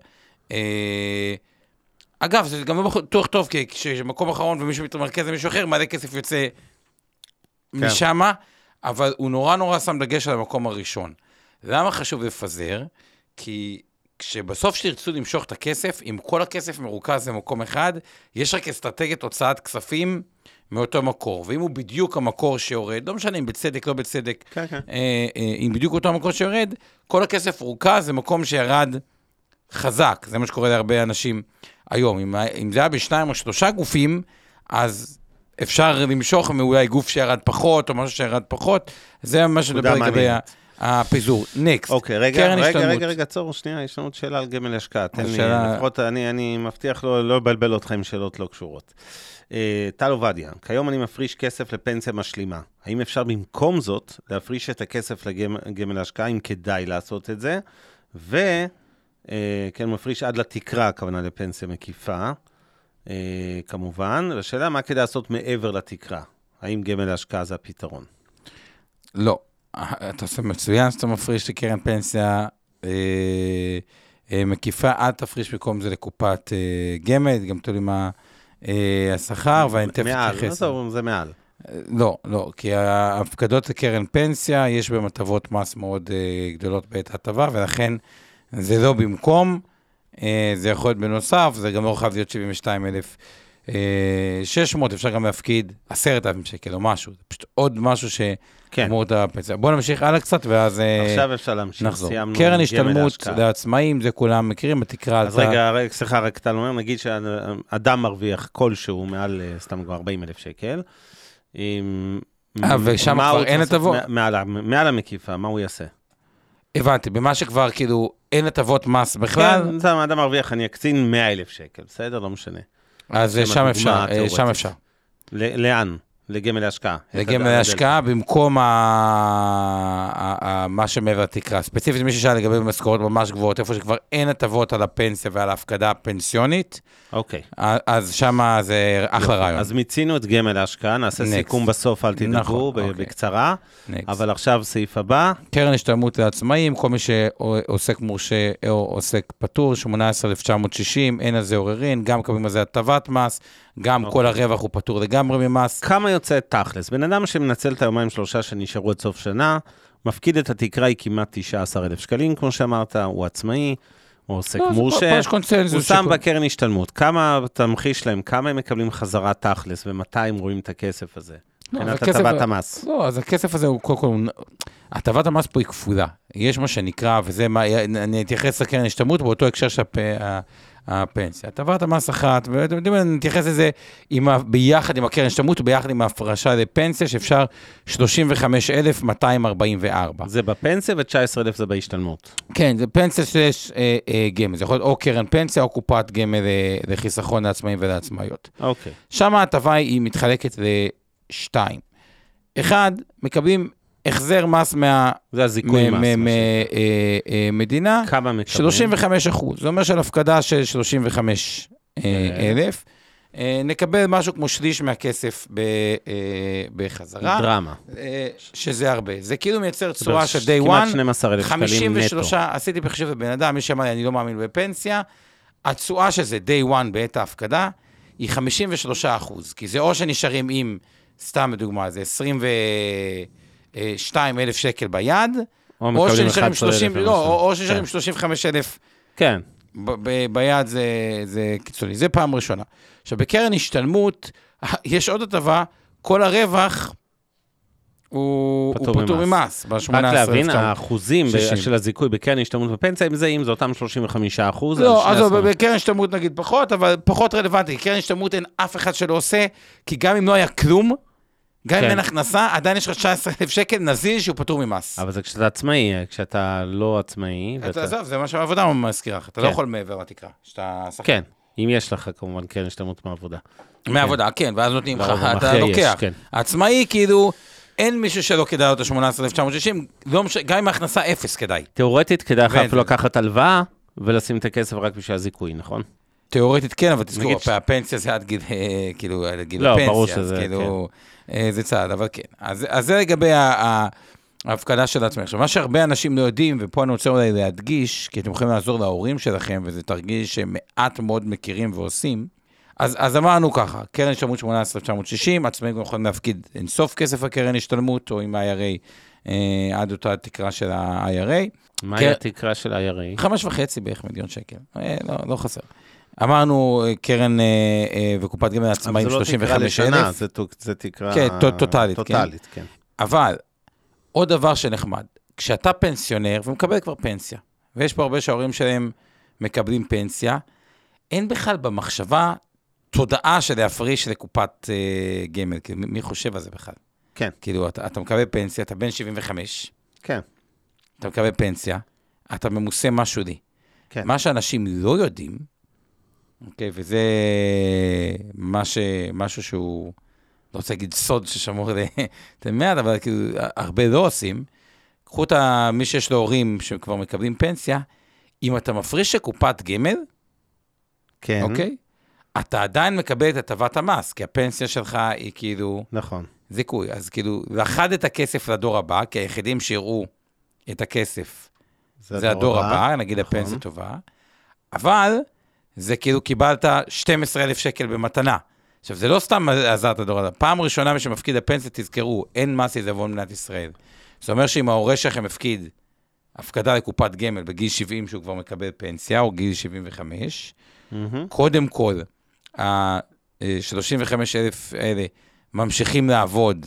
אגב, זה גם לא בטוח טוב, כי כשמקום אחרון ומישהו מתמרכז למישהו אחר, מלא כסף יוצא משם, אבל הוא נורא שם דגש על המקום הראשון. למה חשוב לפזר? כי כשבסוף שתרצו למשוך את הכסף, אם כל הכסף מרוכז למקום אחד, יש רק אסטרטגיית הוצאת כספים מאותו מקור. ואם הוא בדיוק המקור שיורד, לא משנה אם בצדק, לא בצדק, אם בדיוק אותו המקור שיורד, כל הכסף רוכז למקום שירד חזק. זה מה שקורה להרבה אנשים היום. אם זה היה בשניים או שלושה גופים, אז אפשר למשוך מאולי גוף שירד פחות, או משהו שירד פחות. זה מה שדבר לגבי הפיזור. נקסט. אוקיי, רגע, צור, שנייה, יש לנו שאלה על גמל השקעה. תן לי, לפחות אני מבטיח לא לבלבל אותך עם שאלות לא קשורות. טל עובדיה, כיום אני מפריש כסף לפנסיה משלימה. האם אפשר במקום זאת להפריש את הכסף לגמל השקעה, אם כדאי לעשות את זה? כן, מפריש עד לתקרה, הכוונה לפנסיה מקיפה, כמובן. השאלה, מה כדאי לעשות מעבר לתקרה? האם גמל ההשקעה זה הפתרון? לא. אתה עושה מצוין שאתה מפריש לקרן פנסיה מקיפה, עד תפריש במקום זה לקופת גמל, גם תלוי מה השכר, ואני תכף תתייחס. מעל, זה מעל. לא, כי ההפקדות לקרן פנסיה, יש בהם הטבות מס מאוד גדולות בעת הטבה, ולכן זה לא במקום, זה יכול להיות בנוסף, זה גם לא חייב להיות 72,600, אפשר גם להפקיד 10,000 שקל או משהו, זה פשוט עוד משהו שאמור את הפנסיה. בואו נמשיך הלאה קצת, ואז עכשיו אפשר להמשיך. נחזור. קרן השתלמות לעצמאים, זה כולם מכירים, התקרה אז רגע, סליחה, רק אתה אומר, נגיד שאדם מרוויח כלשהו מעל, סתם כבר 40,000 שקל, ושם כבר אין הטבות? מעל המקיפה, מה הוא יעשה? הבנתי, במה שכבר כאילו אין הטבות מס בכלל. כן, זה האדם מרוויח, אני אקצין 100,000 שקל, בסדר? לא משנה. אז שם אפשר. לאן? לגמל ההשקעה. לגמל ההשקעה, במקום מה שמעבר לתקרה. ספציפית, מי ששאל לגבי משכורות ממש גבוהות, איפה שכבר אין הטבות על הפנסיה ועל ההפקדה הפנסיונית, אוקיי. אז שם זה אחלה רעיון. אז מיצינו את גמל ההשקעה, נעשה סיכום בסוף, אל תדאגו, בקצרה, אבל עכשיו סעיף הבא. קרן השתלמות לעצמאים, כל מי שעוסק מורשה או עוסק פטור, 18,960, אין על זה עוררין, גם קבלים על זה הטבת מס, גם כל הרווח הוא פטור לגמרי ממס. כמה יוצא תכלס? בן אדם שמנצל את היומיים שלושה שנשארו עד סוף שנה, מפקיד את התקרה היא כמעט 19,000 שקלים, כמו שאמרת, הוא עצמאי, הוא עוסק מורשה, הוא שם בקרן השתלמות. כמה תמחיש להם, כמה הם מקבלים חזרה תכלס, ומתי הם רואים את הכסף הזה? מבחינת הטבת המס. לא, אז הכסף הזה הוא קודם כל, הטבת המס פה היא כפולה. יש מה שנקרא, וזה מה, אני אתייחס לקרן השתלמות, באותו הקשר של הפנסיה. הטבת המס אחת, ונתייחס לזה ביחד עם הקרן השתלמות, וביחד עם ההפרשה לפנסיה, שאפשר 35,244. זה בפנסיה ו-19,000 זה בהשתלמות. כן, זה פנסיה שיש גמל. זה יכול להיות או קרן פנסיה, או קופת גמל לחיסכון לעצמאים ולעצמאיות. אוקיי. שם ההטבה היא מתחלקת לשתיים. אחד, מקבלים החזר מס מהמדינה, כמה מקבלים? 35%. זה אומר של הפקדה של 35,000. נקבל משהו כמו שליש מהכסף בחזרה. דרמה. שזה הרבה. זה כאילו מייצר צורה של day one. כמעט 12,000 שקלים נטו. 53, עשיתי בחישוב לבן אדם, מי שאמר לי, אני לא מאמין בפנסיה. הצורה שזה day one בעת ההפקדה, היא 53%. כי זה או שנשארים עם, סתם בדוגמה, זה 22,000 שקל ביד, או שנשארים 35,000 כן. ביד, זה קיצוני. זה פעם ראשונה. עכשיו, בקרן השתלמות, יש עוד הטבה, כל הרווח הוא פטור ממס. רק להבין, האחוזים של הזיכוי בקרן השתלמות בפנסיה, אם זה אותם 35%. לא, אז בקרן השתלמות נגיד פחות, אבל פחות רלוונטי. קרן השתלמות אין אף אחד שלא עושה, כי גם אם לא היה כלום, גם אם אין הכנסה, עדיין יש לך 19,000 שקל, נזיל שהוא פטור ממס. אבל זה כשאתה עצמאי, כשאתה לא עצמאי. עזוב, זה מה שהעבודה מזכירה לך, אתה לא יכול מעבר לתקרה. כן, אם יש לך כמובן קרן השתלמות מעבודה. מעבודה, כן, ואז נותנים לך, ברוב אתה המכריע לוקח. יש, כן. עצמאי, כאילו, אין מישהו שלא כדאי אותו 18,960, גם עם ההכנסה 0 כדאי. תיאורטית, כדאי לך אפילו לקחת הלוואה, ולשים את הכסף רק בשביל הזיכוי, נכון? תיאורטית כן, אבל תזכור, הפנסיה זה עד גיל, כאילו, עד גיל לא, הפנסיה, ברור אז שזה, כאילו, זה צעד, אבל כן. אז זה לגבי ההפקדה של עצמך. עכשיו, מה שהרבה אנשים לא יודעים, ופה אני רוצה אולי להדגיש, כי אתם יכולים לעזור להורים שלכם, וזה תרגיש שמעט מאוד מכירים ועושים, אז אמרנו ככה, קרן השתלמות 18,960, עצמאים גם יכולים להפקיד אינסוף כסף הקרן השתלמות, או עם ה-IRA, עד אותה תקרה של ה-IRA. מהי התקרה של ה-IRA? 5.5 בערך מיליון שקל, לא חסר. אמרנו קרן וקופת גמל עצמאים 35,000. זה תקרה טוטלית, כן. אבל עוד דבר שנחמד, כשאתה פנסיונר ומקבל כבר פנסיה, ויש פה הרבה שההורים שלהם מקבלים פנסיה, אין בכלל במחשבה תודעה של להפריש לקופת גמל, כאילו מי חושב על זה בכלל? כן. כאילו אתה מקבל פנסיה, אתה בן 75, כן. אתה מקבל פנסיה, אתה ממוסה משהו לי. כן. מה שאנשים לא יודעים, אוקיי, וזה משהו שהוא, לא רוצה להגיד סוד ששמור למעט, אבל כאילו הרבה לא עושים, קחו את מי שיש לו הורים שכבר מקבלים פנסיה, אם אתה מפריש לקופת גמל, כן. אוקיי? אתה עדיין מקבל את הטבת המס, כי הפנסיה שלך היא כאילו... נכון. זיכוי, אז כאילו, לחד את הכסף לדור הבא, כי היחידים שיראו את הכסף, זה הדור הבא, נגיד נכון. הפנסיה טובה, אבל זה כאילו קיבלת 12,000 שקל במתנה. עכשיו, זה לא סתם עזרת הדור הבא, פעם ראשונה מי שמפקיד הפנסיה, תזכרו, אין מס עיזבון במדינת ישראל. זאת אומרת שאם ההורה שלכם מפקיד הפקדה לקופת גמל בגיל 70 שהוא כבר מקבל פנסיה, או גיל 75, קודם כל, ה-35,000 האלה ממשיכים לעבוד,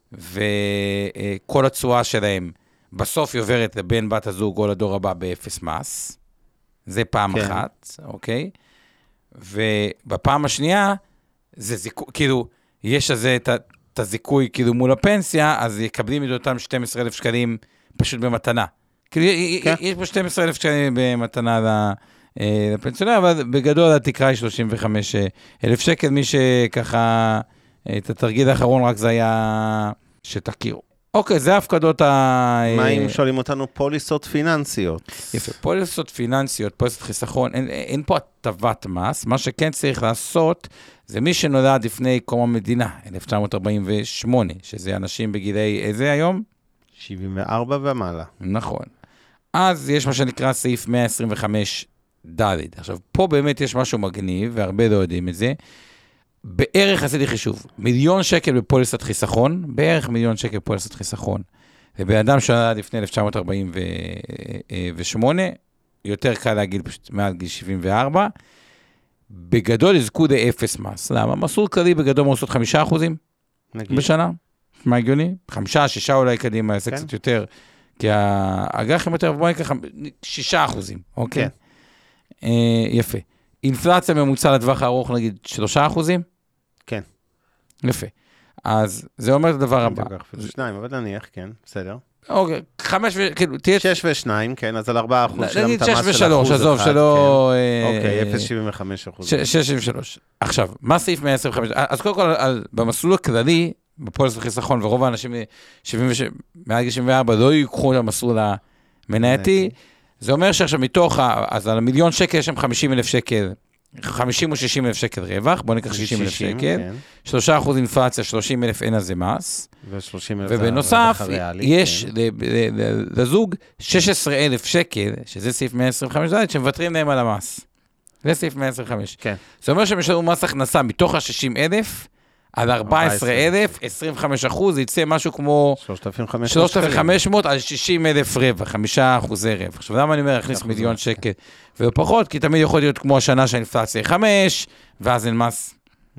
וכל התשואה שלהם בסוף היא עוברת לבן בת הזוג או לדור הבא באפס מס. זה פעם אחת, אוקיי? ובפעם השנייה, זה זיכוי, כאילו, יש הזה את הזיכוי כאילו מול הפנסיה, אז יקבלים את אותם 12,000 שקלים פשוט במתנה. כאילו, יש פה 12,000 שקלים במתנה לפנסיונר, אבל בגדול התקרה היא 35,000 שקל, מי שככה, את התרגיל האחרון רק זה היה שתכירו. אוקיי, זה ההפקדות מה אם שואלים אותנו פוליסות פיננסיות? יפה, פוליסות פיננסיות, פוליסות חיסכון, אין פה הטבת מס, מה שכן צריך לעשות, זה מי שנולד לפני קום המדינה, 1948, שזה אנשים בגילי איזה היום? 74 ומעלה. נכון. אז יש מה שנקרא סעיף 125 ד'. עכשיו, פה באמת יש משהו מגניב, והרבה לא יודעים את זה. בערך עשיתי חישוב, 1,000,000 שקל בפוליסת חיסכון, בערך 1,000,000 שקל בפוליסת חיסכון. ובן אדם שנולד לפני 1948, יותר קל להגיד פשוט מעל גיל 74, בגדול יזכו לאפס מס. למה? מסלול כללי בגדול מוסות 5% בשנה. מה הגיוני? 5-6 אולי קדימה, יעשה קצת יותר, כי האג"חים יותר, בואי ניקח 6%, אוקיי? יפה. אינפלציה ממוצע לטווח הארוך, נגיד 3%? כן. יפה. אז זה אומר את הדבר הבא. 2, אבל נניח, כן, בסדר. אוקיי, 5 כאילו, תהיה... 6 ו-2, כן, אז על 4% נגיד 6 ו-3, עזוב, שלא... אוקיי, 0.75%. 6 ו-3. עכשיו, מה סעיף 125? אז קודם כל, במסלול הכללי, בפוליסת חיסכון, ורוב האנשים מעל גיל 74 לא ייקחו את המסלול המנייתי, זה אומר שעכשיו מתוך, אז על 1,000,000 שקל יש שם 50,000 שקל, 50 או 60,000 שקל רווח, בוא ניקח 60,000 שקל, 3% אינפלציה, 30,000 אין על זה מס, ובנוסף, יש לזוג 16,000 שקל, שזה סעיף 125, שמוותרים להם על המס. זה סעיף 125. זה אומר שהם ישלמו מס הכנסה מתוך ה-60,000, על 14,000, 25%, זה יצא משהו כמו 3,500 על 60,000 רווח, 5% רווח. עכשיו, למה אני אומר, להכניס 1,000,000 שקל ופחות? כי תמיד יכול להיות כמו השנה שהאינפלציה 5, ואז אין מס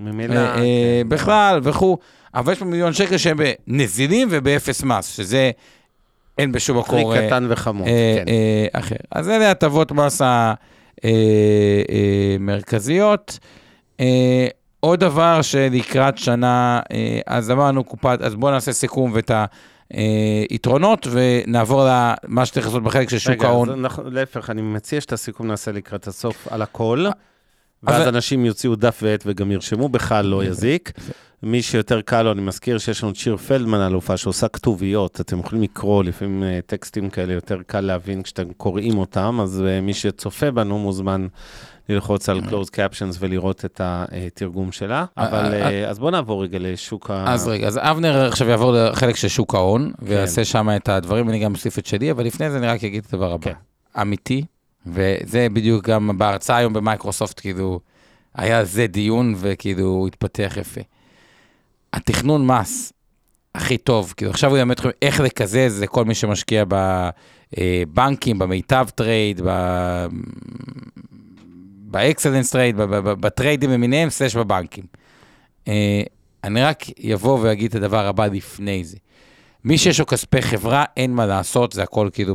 בכלל וכו'. אבל יש פה 1,000,000 שקל שהם בנזילים ובאפס מס, שזה אין בשום מקור קטן וחמור, אחר. אז אלה הטבות מס המרכזיות. עוד דבר שלקראת שנה, אז אמרנו קופת, אז בואו נעשה סיכום ואת היתרונות, ונעבור למה שצריך לעשות בחלק של שוק ההון. רגע, להפך, אני מציע שאת הסיכום נעשה לקראת הסוף על הכל, ואז אנשים יוציאו דף ועט וגם ירשמו, בכלל לא יזיק. מי שיותר קל לו, אני מזכיר שיש לנו צ'יר פלדמן אלופה שעושה כתוביות, אתם יכולים לקרוא, לפעמים טקסטים כאלה יותר קל להבין כשאתם קוראים אותם, אז מי שצופה בנו מוזמן ללחוץ על closed captions ולראות את התרגום שלה. אבל אז בוא נעבור רגע לשוק אז אבנר עכשיו יעבור לחלק של שוק ההון, ויעשה שם את הדברים, אני גם מוסיף את שלי, אבל לפני זה אני רק אגיד את הדבר הבא. אמיתי, וזה בדיוק גם בהרצאה היום במייקרוסופט, כאילו, היה זה דיון, וכאילו, הוא התפתח יפה. התכנון מס הכי טוב, כאילו, עכשיו הוא יאמר אתכם איך לקזז לכל מי שמשקיע בבנקים, במיטב טרייד, באקסלנס טרייד, בטריידים למיניהם, סלש בבנקים. אני רק יבוא ואגיד את הדבר הבא לפני זה. מי שיש לו כספי חברה, אין מה לעשות, זה הכל כאילו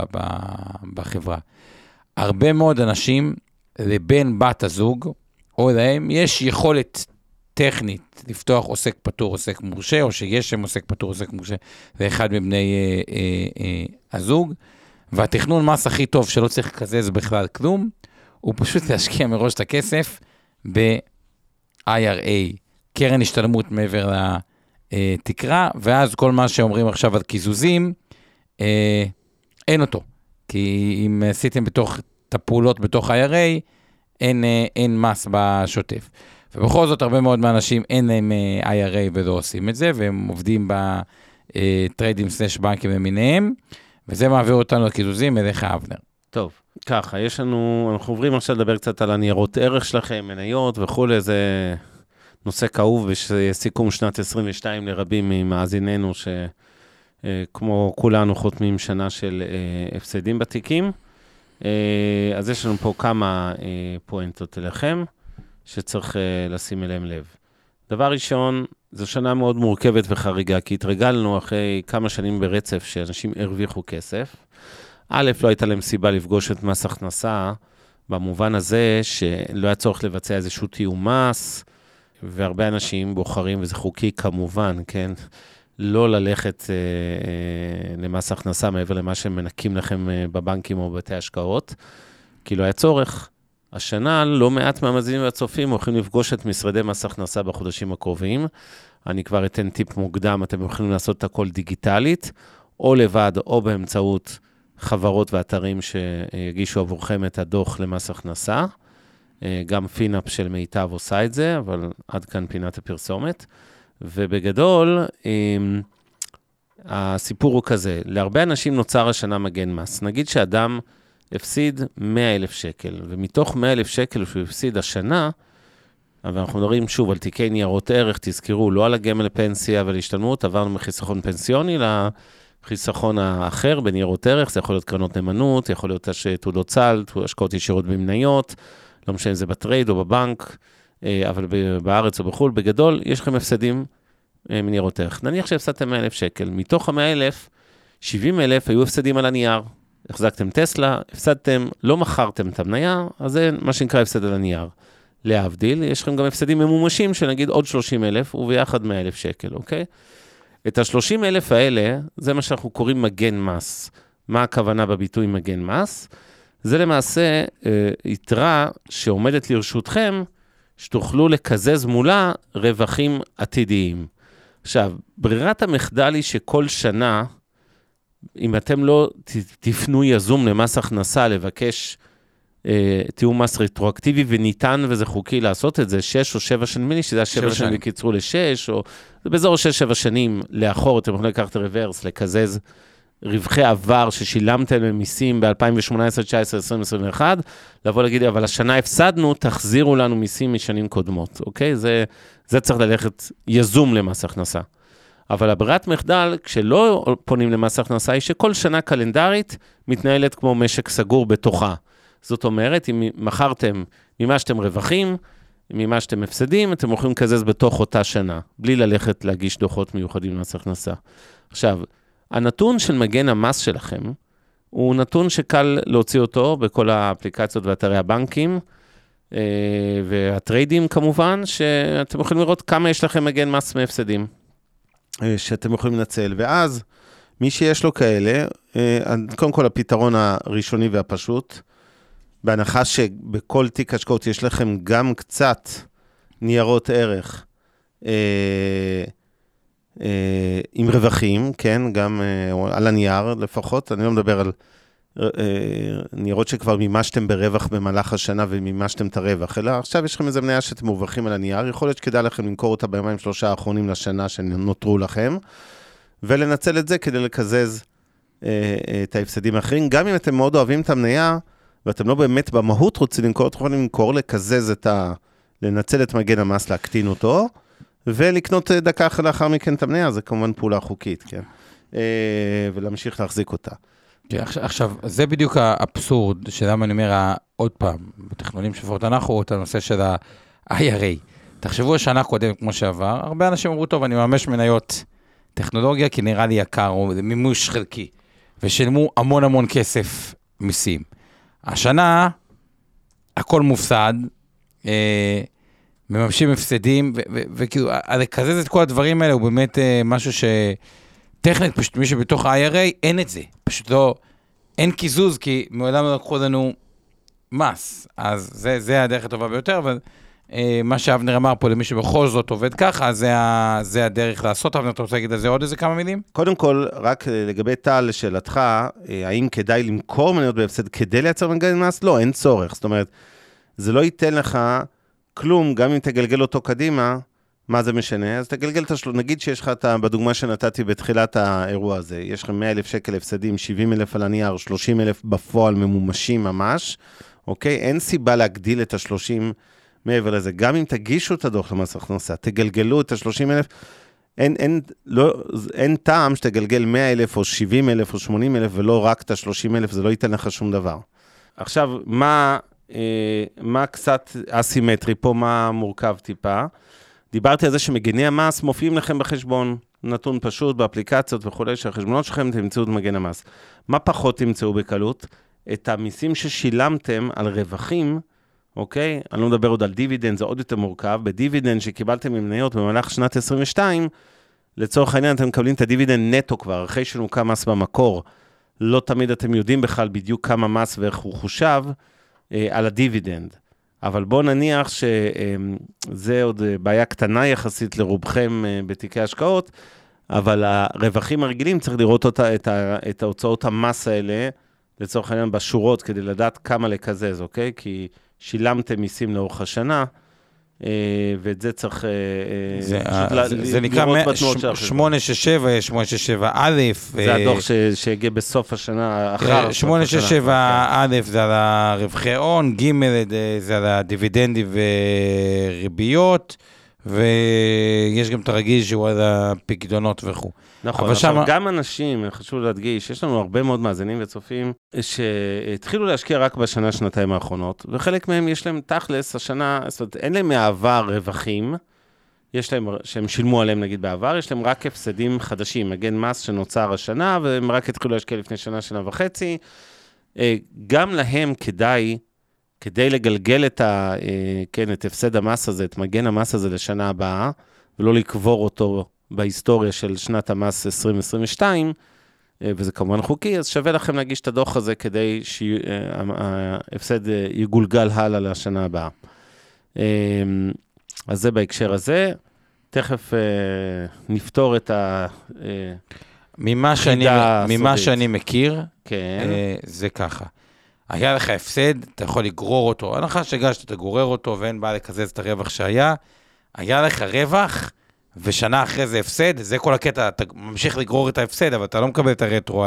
בחברה. הרבה מאוד אנשים, לבן בת הזוג, או להם, יש יכולת טכנית לפתוח עוסק פטור, עוסק מורשה, או שיש שם עוסק פטור, עוסק מורשה, זה אחד מבני הזוג, והתכנון מס הכי טוב, שלא צריך לקזז בכלל כלום, הוא פשוט להשקיע מראש את הכסף ב-IRA, קרן השתלמות מעבר לתקרה, ואז כל מה שאומרים עכשיו על קיזוזים, אין אותו. כי אם עשיתם בתוך את הפעולות בתוך IRA, אין מס בשוטף. ובכל זאת, הרבה מאוד מהאנשים אין להם IRA ולא עושים את זה, והם עובדים בטריידים סלש בנקים למיניהם, וזה מעביר אותנו לקיזוזים, אליך אבנר. טוב, ככה, אנחנו עוברים עכשיו לדבר קצת על הניירות ערך שלכם, מניות וכו', זה נושא כאוב, וסיכום שנת 22 לרבים ממאזיננו, שכמו כולנו חותמים שנה של הפסדים בתיקים. אז יש לנו פה כמה פואנטות אליכם, שצריך לשים אליהם לב. דבר ראשון, זו שנה מאוד מורכבת וחריגה, כי התרגלנו אחרי כמה שנים ברצף שאנשים הרוויחו כסף. א', לא הייתה להם סיבה לפגוש את מס הכנסה, במובן הזה שלא היה צורך לבצע איזשהו תיאום מס, והרבה אנשים בוחרים, וזה חוקי כמובן, כן, לא ללכת למס הכנסה מעבר למה שהם מנקים לכם בבנקים או בבתי השקעות, כי לא היה צורך. השנה לא מעט מהמאזינים והצופים הולכים לפגוש את משרדי מס הכנסה בחודשים הקרובים. אני כבר אתן טיפ מוקדם, אתם יכולים לעשות את הכל דיגיטלית, או לבד או באמצעות חברות ואתרים שיגישו עבורכם את הדוח למס הכנסה. גם פינאפ של מיטב עושה את זה, אבל עד כאן פינת הפרסומת. ובגדול, הסיפור הוא כזה, להרבה אנשים נוצר השנה מגן מס. נגיד שאדם הפסיד 100,000 שקל, ומתוך 100,000 שקל שהוא הפסיד השנה, אבל אנחנו מדברים שוב על תיקי ניירות ערך, תזכרו, לא על הגמל לפנסיה ולהשתלמות, עברנו מחיסכון פנסיוני לחיסכון האחר בניירות ערך, זה יכול להיות קרנות נאמנות, יכול להיות תעודות צל, השקעות ישירות במניות, לא משנה אם זה בטרייד או בבנק, אבל בארץ או בחול, בגדול יש לכם הפסדים מניירות ערך. נניח שהפסדתם 100,000 שקל, מתוך ה-100,000, 70,000 היו הפסדים על הנייר, החזקתם טסלה, הפסדתם, לא מכרתם את המניה, אז זה מה שנקרא הפסד על הנייר. להבדיל, יש לכם גם הפסדים ממומשים, שנגיד עוד 30,000, וביחד 100,000 שקל, אוקיי? את ה-30,000 האלה, זה מה שאנחנו קוראים מגן מס. מה הכוונה בביטוי מגן מס? זה למעשה יתרה שעומדת לרשותכם, שתוכלו לקזז מולה רווחים עתידיים. עכשיו, ברירת המחדל היא שכל שנה, אם אתם לא תפנו יזום למס הכנסה, לבקש תיאום מס רטרואקטיבי, וניתן וזה חוקי לעשות את זה, 6 או 7 שנים, שזה היה 7 שנים וקיצרו ל6, או באזור 6-7 שנים לאחור, אתם יכולים לקחת רוורס, לקזז רווחי עבר ששילמתם למיסים ב-2018, 2019, 2021, לבוא להגיד, אבל השנה הפסדנו, תחזירו לנו מיסים משנים קודמות, אוקיי? זה צריך ללכת יזום למס הכנסה. אבל הברירת מחדל, כשלא פונים למס הכנסה, היא שכל שנה קלנדרית מתנהלת כמו משק סגור בתוכה. זאת אומרת, אם מכרתם ממה שאתם רווחים, ממה שאתם הפסדים, אתם יכולים לקזז בתוך אותה שנה, בלי ללכת להגיש דוחות מיוחדים למס הכנסה. עכשיו, הנתון של מגן המס שלכם, הוא נתון שקל להוציא אותו בכל האפליקציות ואתרי הבנקים, והטריידים כמובן, שאתם יכולים לראות כמה יש לכם מגן מס מהפסדים, שאתם יכולים לנצל. ואז, מי שיש לו כאלה, קודם כל הפתרון הראשוני והפשוט, בהנחה שבכל תיק השקעות יש לכם גם קצת ניירות ערך עם רווחים, כן, גם על הנייר לפחות, אני לא מדבר על ניירות שכבר מימשתם ברווח במהלך השנה ומימשתם את הרווח, אלא עכשיו יש לכם איזה מניה שאתם מורווחים על הנייר, יכול להיות שכדאי לכם למכור אותה ביומיים 3 האחרונים לשנה שנותרו לכם, ולנצל את זה כדי לקזז את ההפסדים האחרים, גם אם אתם מאוד אוהבים את המניה, ואתם לא באמת במהות רוצים למכור, אתם יכולים למכור, לקזז לנצל את מגן המס, להקטין אותו, ולקנות דקה אחרי לאחר מכן את המניה, זה כמובן פעולה חוקית, כן? ולהמשיך להחזיק אותה. עכשיו, זה בדיוק האבסורד, שלמה אני אומר עוד פעם, בתכנונים שפרות אנחנו, את הנושא של ה-IRA. תחשבו השנה קודם, כמו שעבר, הרבה אנשים אמרו, טוב, אני ממש מניות טכנולוגיה, כי נראה לי יקר, או מימוש חלקי, ושילמו המון המון כסף מיסים. השנה, הכל מופסד, מממשים הפסדים, וכאילו, לקזז את כל הדברים האלה, הוא באמת משהו טכנית, פשוט מי שבתוך ה-IRA, אין את זה. פשוט לא, אין קיזוז, כי מעולם לא לקחו לנו מס. אז זה הדרך הטובה ביותר, אבל מה שאבנר אמר פה, למי שבכל זאת עובד ככה, זה הדרך לעשות. אבנר, אתה רוצה להגיד על זה עוד איזה כמה מילים? קודם כל, רק לגבי טל, לשאלתך, האם כדאי למכור מניות בהפסד כדי לייצר מנגנון מס? לא, אין צורך. זאת אומרת, זה לא ייתן לך כלום, גם אם תגלגל אותו קדימה, מה זה משנה? אז תגלגל את השלום, נגיד שיש לך בדוגמה שנתתי בתחילת האירוע הזה, יש לך 100,000 שקל הפסדים, 70,000 על הנייר, 30,000 בפועל ממומשים ממש, אוקיי? אין סיבה להגדיל את ה-30 מעבר לזה. גם אם תגישו את הדוח למס הכנסה, תגלגלו את ה-30,000, אין טעם שתגלגל 100,000 או 70,000 או 80,000 ולא רק את ה-30,000, זה לא ייתן לך שום דבר. עכשיו, מה קצת אסימטרי פה, מה מורכב טיפה? דיברתי על זה שמגני המס מופיעים לכם בחשבון, נתון פשוט באפליקציות וכו', שהחשבונות שלכם תמצאו את מגן המס. מה פחות תמצאו בקלות? את המיסים ששילמתם על רווחים, אוקיי? אני לא מדבר עוד על דיבידנד, זה עוד יותר מורכב. בדיבידנד שקיבלתם ממניות במהלך שנת 22, לצורך העניין אתם מקבלים את הדיבידנד נטו כבר, אחרי שנוקע מס במקור. לא תמיד אתם יודעים בכלל בדיוק כמה מס ואיך הוא חושב על הדיבידנד. אבל בוא נניח שזה עוד בעיה קטנה יחסית לרובכם בתיקי השקעות, אבל הרווחים הרגילים צריך לראות את ההוצאות המס האלה, לצורך העניין בשורות, כדי לדעת כמה לקזז, אוקיי? כי שילמתם מיסים לאורך השנה, ואת זה צריך זה נקרא 867, יש 867א. זה הדוח שהגיע בסוף השנה, אחר 867א זה על הרווחי הון, ג' זה על הדיבידנדים וריביות, ויש גם את הרגיל שהוא על הפקדונות וכו'. נכון, עכשיו גם אנשים, חשוב להדגיש, יש לנו הרבה מאוד מאזינים וצופים, שהתחילו להשקיע רק בשנה, שנתיים האחרונות, וחלק מהם יש להם תכלס, השנה, זאת אומרת, אין להם מעבר רווחים, יש להם, שהם שילמו עליהם נגיד בעבר, יש להם רק הפסדים חדשים, מגן מס שנוצר השנה, והם רק התחילו להשקיע לפני שנה, שנה וחצי, גם להם כדי לגלגל את הפסד המס הזה, את מגן המס הזה לשנה הבאה, ולא לקבור אותו בהיסטוריה של שנת המס 2022, וזה כמובן חוקי, אז שווה לכם להגיש את הדוח הזה כדי שההפסד יגולגל הלאה לשנה הבאה. אז זה בהקשר הזה. תכף נפתור את ממה שאני מכיר, כן. זה ככה. היה לך הפסד, אתה יכול לגרור אותו. הנחה שגשת, אתה גורר אותו, ואין בעיה לקזז את הרווח שהיה. היה לך רווח, ושנה אחרי זה הפסד, זה כל הקטע, אתה ממשיך לגרור את ההפסד, אבל אתה לא מקבל את הרטרו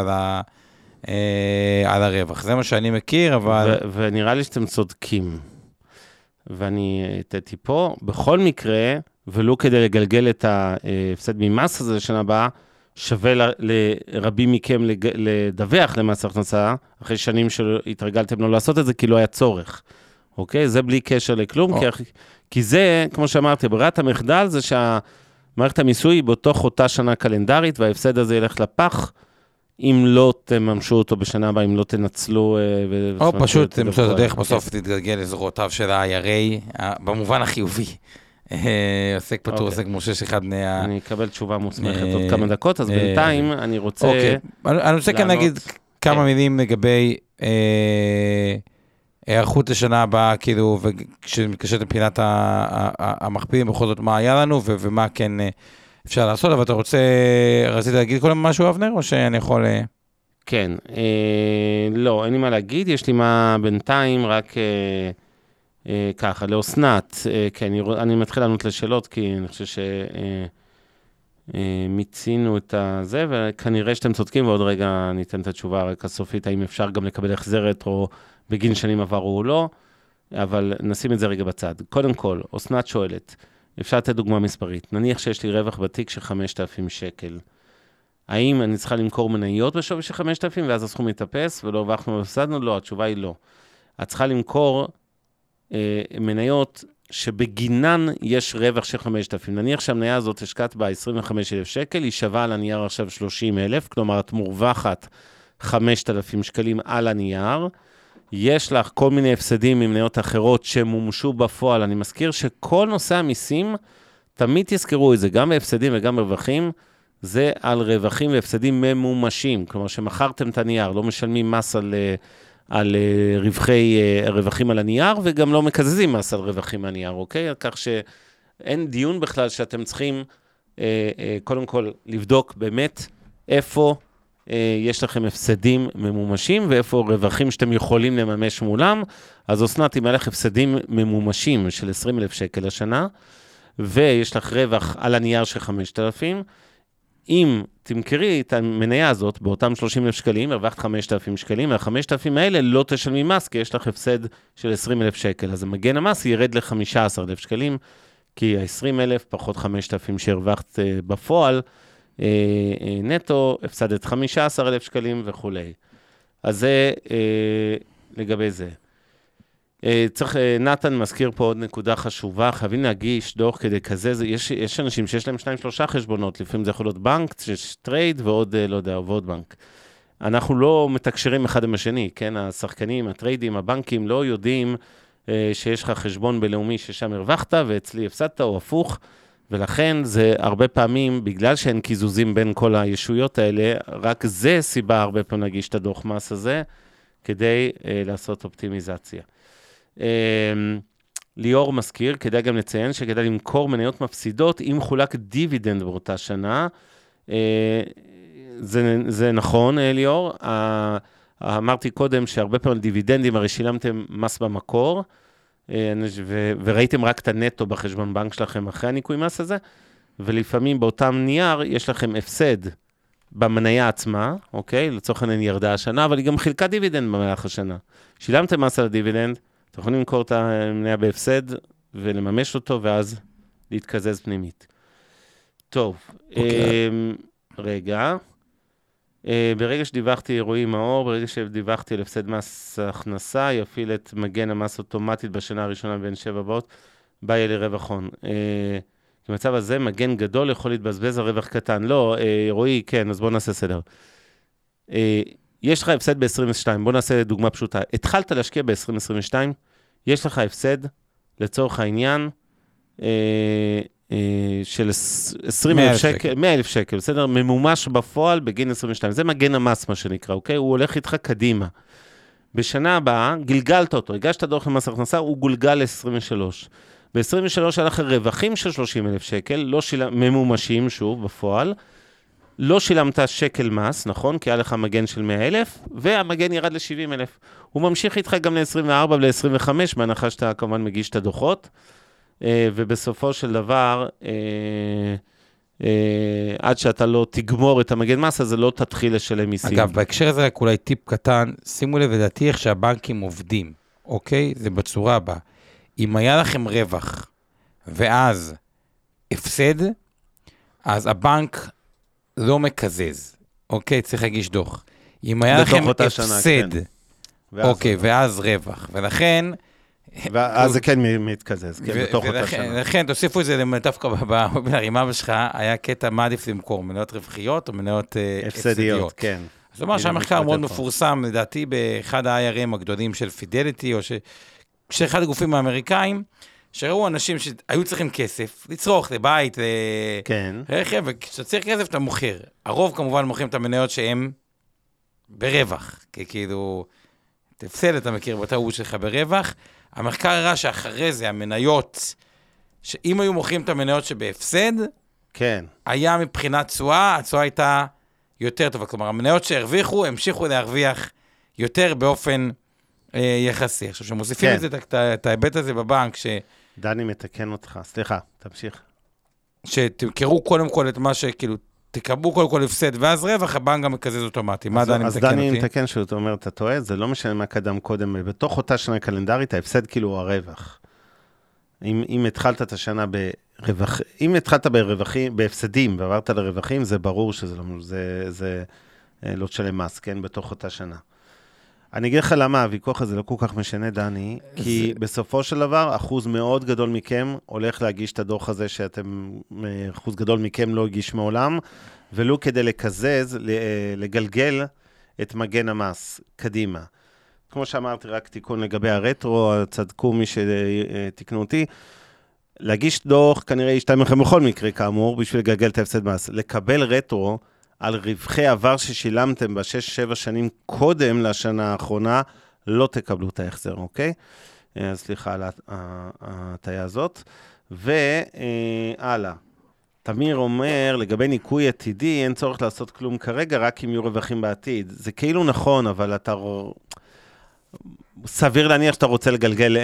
על הרווח. זה מה שאני מכיר, אבל... ונראה לי שאתם צודקים. ואני התתי פה, בכל מקרה, ולא כדי לגלגל את ההפסד ממס הזה לשנה הבאה, שווה לרבים מכם לדווח למס הכנסה, אחרי שנים שהתרגלתם לא לעשות את זה, כי לא היה צורך. אוקיי? זה בלי קשר לכלום, כי זה, כמו שאמרתי, ברירת המחדל זה שהמערכת המיסוי היא בתוך אותה שנה קלנדרית, וההפסד הזה ילך לפח, אם לא תממשו אותו בשנה הבאה, אם לא תנצלו... או פשוט תמצוא את הדרך, בסוף תתגלגל לזרועותיו של ה-IRA, במובן החיובי. עוסק פטור, עוסק מושש אחד מה... אני אקבל תשובה מוסמכת עוד כמה דקות, אז בינתיים אני רוצה... אני רוצה כאן להגיד כמה מילים לגבי הערכות לשנה הבאה, כאילו, וכשמתקשרת מבחינת המכפילים, בכל זאת, מה היה לנו, ומה כן אפשר לעשות, אבל אתה רצית להגיד כל משהו, אבנר, או שאני יכול... כן, לא, אין לי מה להגיד, יש לי מה בינתיים, רק ככה, לאוסנת, כן, אני מתחיל לענות לשאלות, כי אני חושב מיצינו את זה, וכנראה שאתם צודקים, ועוד רגע ניתן את התשובה רק הסופית, האם אפשר גם לקבל החזרת, או בגין שנים עברו או לא, אבל נשים את זה רגע בצד. קודם כל, אוסנת שואלת, אפשר לתת דוגמה מספרית, נניח שיש לי רווח בתיק של 5,000 שקל, האם אני צריכה למכור מניות בשווי של 5,000, ואז הסכום יתאפס, ולא הרווחנו והפסדנו? לא, התשובה היא לא. את צריכה למכור מניות שבגינן יש רווח של 5,000. נניח שהמניה הזאת השקעת בה 25,000 שקל, היא שווה על הנייר עכשיו 30,000, כלומר את מורווחת 5,000 שקלים על הנייר, יש לך כל מיני הפסדים ממניות אחרות שמומשו בפועל. אני מזכיר שכל נושא המיסים, תמיד תזכרו את זה, גם בהפסדים וגם ברווחים, זה על רווחים והפסדים ממומשים, כלומר שמכרתם את הנייר, לא משלמים מס על רווחים על הנייר, וגם לא מקזזים מס על רווחים על הנייר, אוקיי? כך שאין דיון בכלל שאתם צריכים, קודם כל, לבדוק באמת איפה יש לכם הפסדים ממומשים, ואיפה רווחים שאתם יכולים לממש מולם. אז אוסנת, אם היה לך הפסדים ממומשים של 20,000 שקל השנה, ויש לך רווח על הנייר של 5,000, אם תמכרי את המניה הזאת באותם 30,000 שקלים, הרווחת 5,000 שקלים, וה-5,000 האלה לא תשלמי מס, כי יש לך הפסד של 20,000 שקל. אז מגן המס ירד ל-15,000 שקלים, כי ה-20,000 פחות 5,000 שהרווחת בפועל, נטו, הפסדת 15,000 שקלים וכו'. אז זה לגבי זה. צריך, נתן מזכיר פה עוד נקודה חשובה, חייבים להגיש דוח כדי כזה, יש אנשים שיש להם 2-3 חשבונות, לפעמים זה יכול להיות בנק, יש טרייד ועוד, לא יודע, ועוד בנק. אנחנו לא מתקשרים אחד עם השני, כן? השחקנים, הטריידים, הבנקים לא יודעים שיש לך חשבון בלאומי ששם הרווחת ואצלי הפסדת או הפוך, ולכן זה הרבה פעמים, בגלל שאין קיזוזים בין כל הישויות האלה, רק זה סיבה הרבה פעמים להגיש את הדוח מס הזה, כדי לעשות אופטימיזציה. ליאור מזכיר, כדאי גם לציין שכדאי למכור מניות מפסידות, אם חולק דיבידנד באותה שנה. זה נכון, ליאור. אמרתי קודם שהרבה פעמים דיבידנדים, הרי שילמתם מס במקור, וראיתם רק את הנטו בחשבון בנק שלכם אחרי הניקוי מס הזה, ולפעמים באותם נייר יש לכם הפסד במניה עצמה, אוקיי? לצורך העניין ירדה השנה, אבל היא גם חילקה דיבידנד במהלך השנה. שילמתם מס על הדיבידנד, אתם יכולים למכור את המניה בהפסד, ולממש אותו, ואז להתקזז פנימית. טוב, רגע. ברגע שדיווחתי רועי מאור, ברגע שדיווחתי על הפסד מס הכנסה, יפעיל את מגן המס אוטומטית בשנה הראשונה בין 7 הבאות, בא יהיה לי רווח הון. במצב הזה, מגן גדול יכול להתבזבז על רווח קטן. לא, רועי, כן, אז בואו נעשה סדר. יש לך הפסד ב-22, בואו נעשה דוגמה פשוטה. התחלת להשקיע ב-2022, יש לך הפסד, לצורך העניין, של 20,000 שקל, 100,000 שקל, בסדר? ממומש בפועל בגין 22. זה מגן המס, מה שנקרא, אוקיי? הוא הולך איתך קדימה. בשנה הבאה, גלגלת אותו, הגשת דוח למס הכנסה, הוא גולגל ל-23. ב-23 היה לך רווחים של 30,000 שקל, לא ממומשים, שוב, בפועל, לא שילמת שקל מס, נכון? כי היה לך מגן של 100,000, והמגן ירד ל-70,000. הוא ממשיך איתך גם ל-24 ול-25, בהנחה שאתה כמובן מגיש את הדוחות, ובסופו של דבר, עד שאתה לא תגמור את המגן מס, אז לא תתחיל לשלם מיסים. אגב, בהקשר הזה רק אולי טיפ קטן, שימו לב לדעתי איך שהבנקים עובדים, אוקיי? זה בצורה הבאה. אם היה לכם רווח, ואז הפסד, אז הבנק לא מקזז, אוקיי? צריך להגיש דוח. אם היה לכם הפסד, אוקיי, ואז רווח, ולכן... ואז זה כן מתקזז, כן, בתוך אותה שנה. ולכן, תוסיפו את זה דווקא ברימה שלך, היה קטע מה עדיף למכור, מניות רווחיות או מניות הפסדיות. כן. זאת אומרת שהמחקר מאוד מפורסם, לדעתי, באחד ה-IRM הגדולים של פידליטי, או שאחד הגופים האמריקאים, שראו אנשים שהיו צריכים כסף, לצרוך לבית, לרכב, וכשאתה צריך כסף אתה מוכר. הרוב כמובן מוכרים את המניות שהם ברווח, כי כאילו... תפסד, אתה מכיר בטעות שלך ברווח. המחקר הראה שאחרי זה, המניות, שאם היו מוכרים את המניות שבהפסד, כן. היה מבחינת תשואה, התשואה הייתה יותר טובה. כלומר, המניות שהרוויחו, המשיכו להרוויח יותר באופן יחסי. עכשיו, שמוסיפים את ההיבט הזה בבנק, דני מתקן אותך, סליחה, תמשיך. שתקראו קודם כל את מה שכאילו, תקבלו קודם כל הפסד, ואז רווח, הבנק גם מקזז אוטומטי. מה דני מתקן אותי? אז דני מתקן שאתה אומר, אתה טועה, זה לא משנה מה קדם קודם, בתוך אותה שנה קלנדרית, ההפסד כאילו הוא הרווח. אם התחלת את השנה ברווח, אם התחלת בהפסדים, ועברת לרווחים, זה ברור שזה לא תשלם מס, כן, בתוך אותה שנה. אני אגיד לך למה הוויכוח הזה לא כל כך משנה, דני, כי בסופו של דבר, אחוז מאוד גדול מכם הולך להגיש את הדוח הזה, אחוז גדול מכם לא הגיש מעולם, ולו כדי לקזז, לגלגל את מגן המס קדימה. כמו שאמרתי, רק תיקון לגבי הרטרו, צדקו מי שתקנו אותי, להגיש דוח כנראה ישתיים לכם בכל מקרה כאמור, בשביל לגלגל את ההפסד מס. לקבל רטרו, על רווחי עבר ששילמתם ב6-7 שנים קודם לשנה האחרונה, לא תקבלו את ההחזר, אוקיי? סליחה על ההטעיה הזאת. והלאה. תמיר אומר, לגבי ניקוי עתידי, אין צורך לעשות כלום כרגע, רק אם יהיו רווחים בעתיד. זה כאילו נכון, אבל אתה... סביר להניח שאתה רוצה לגלגל,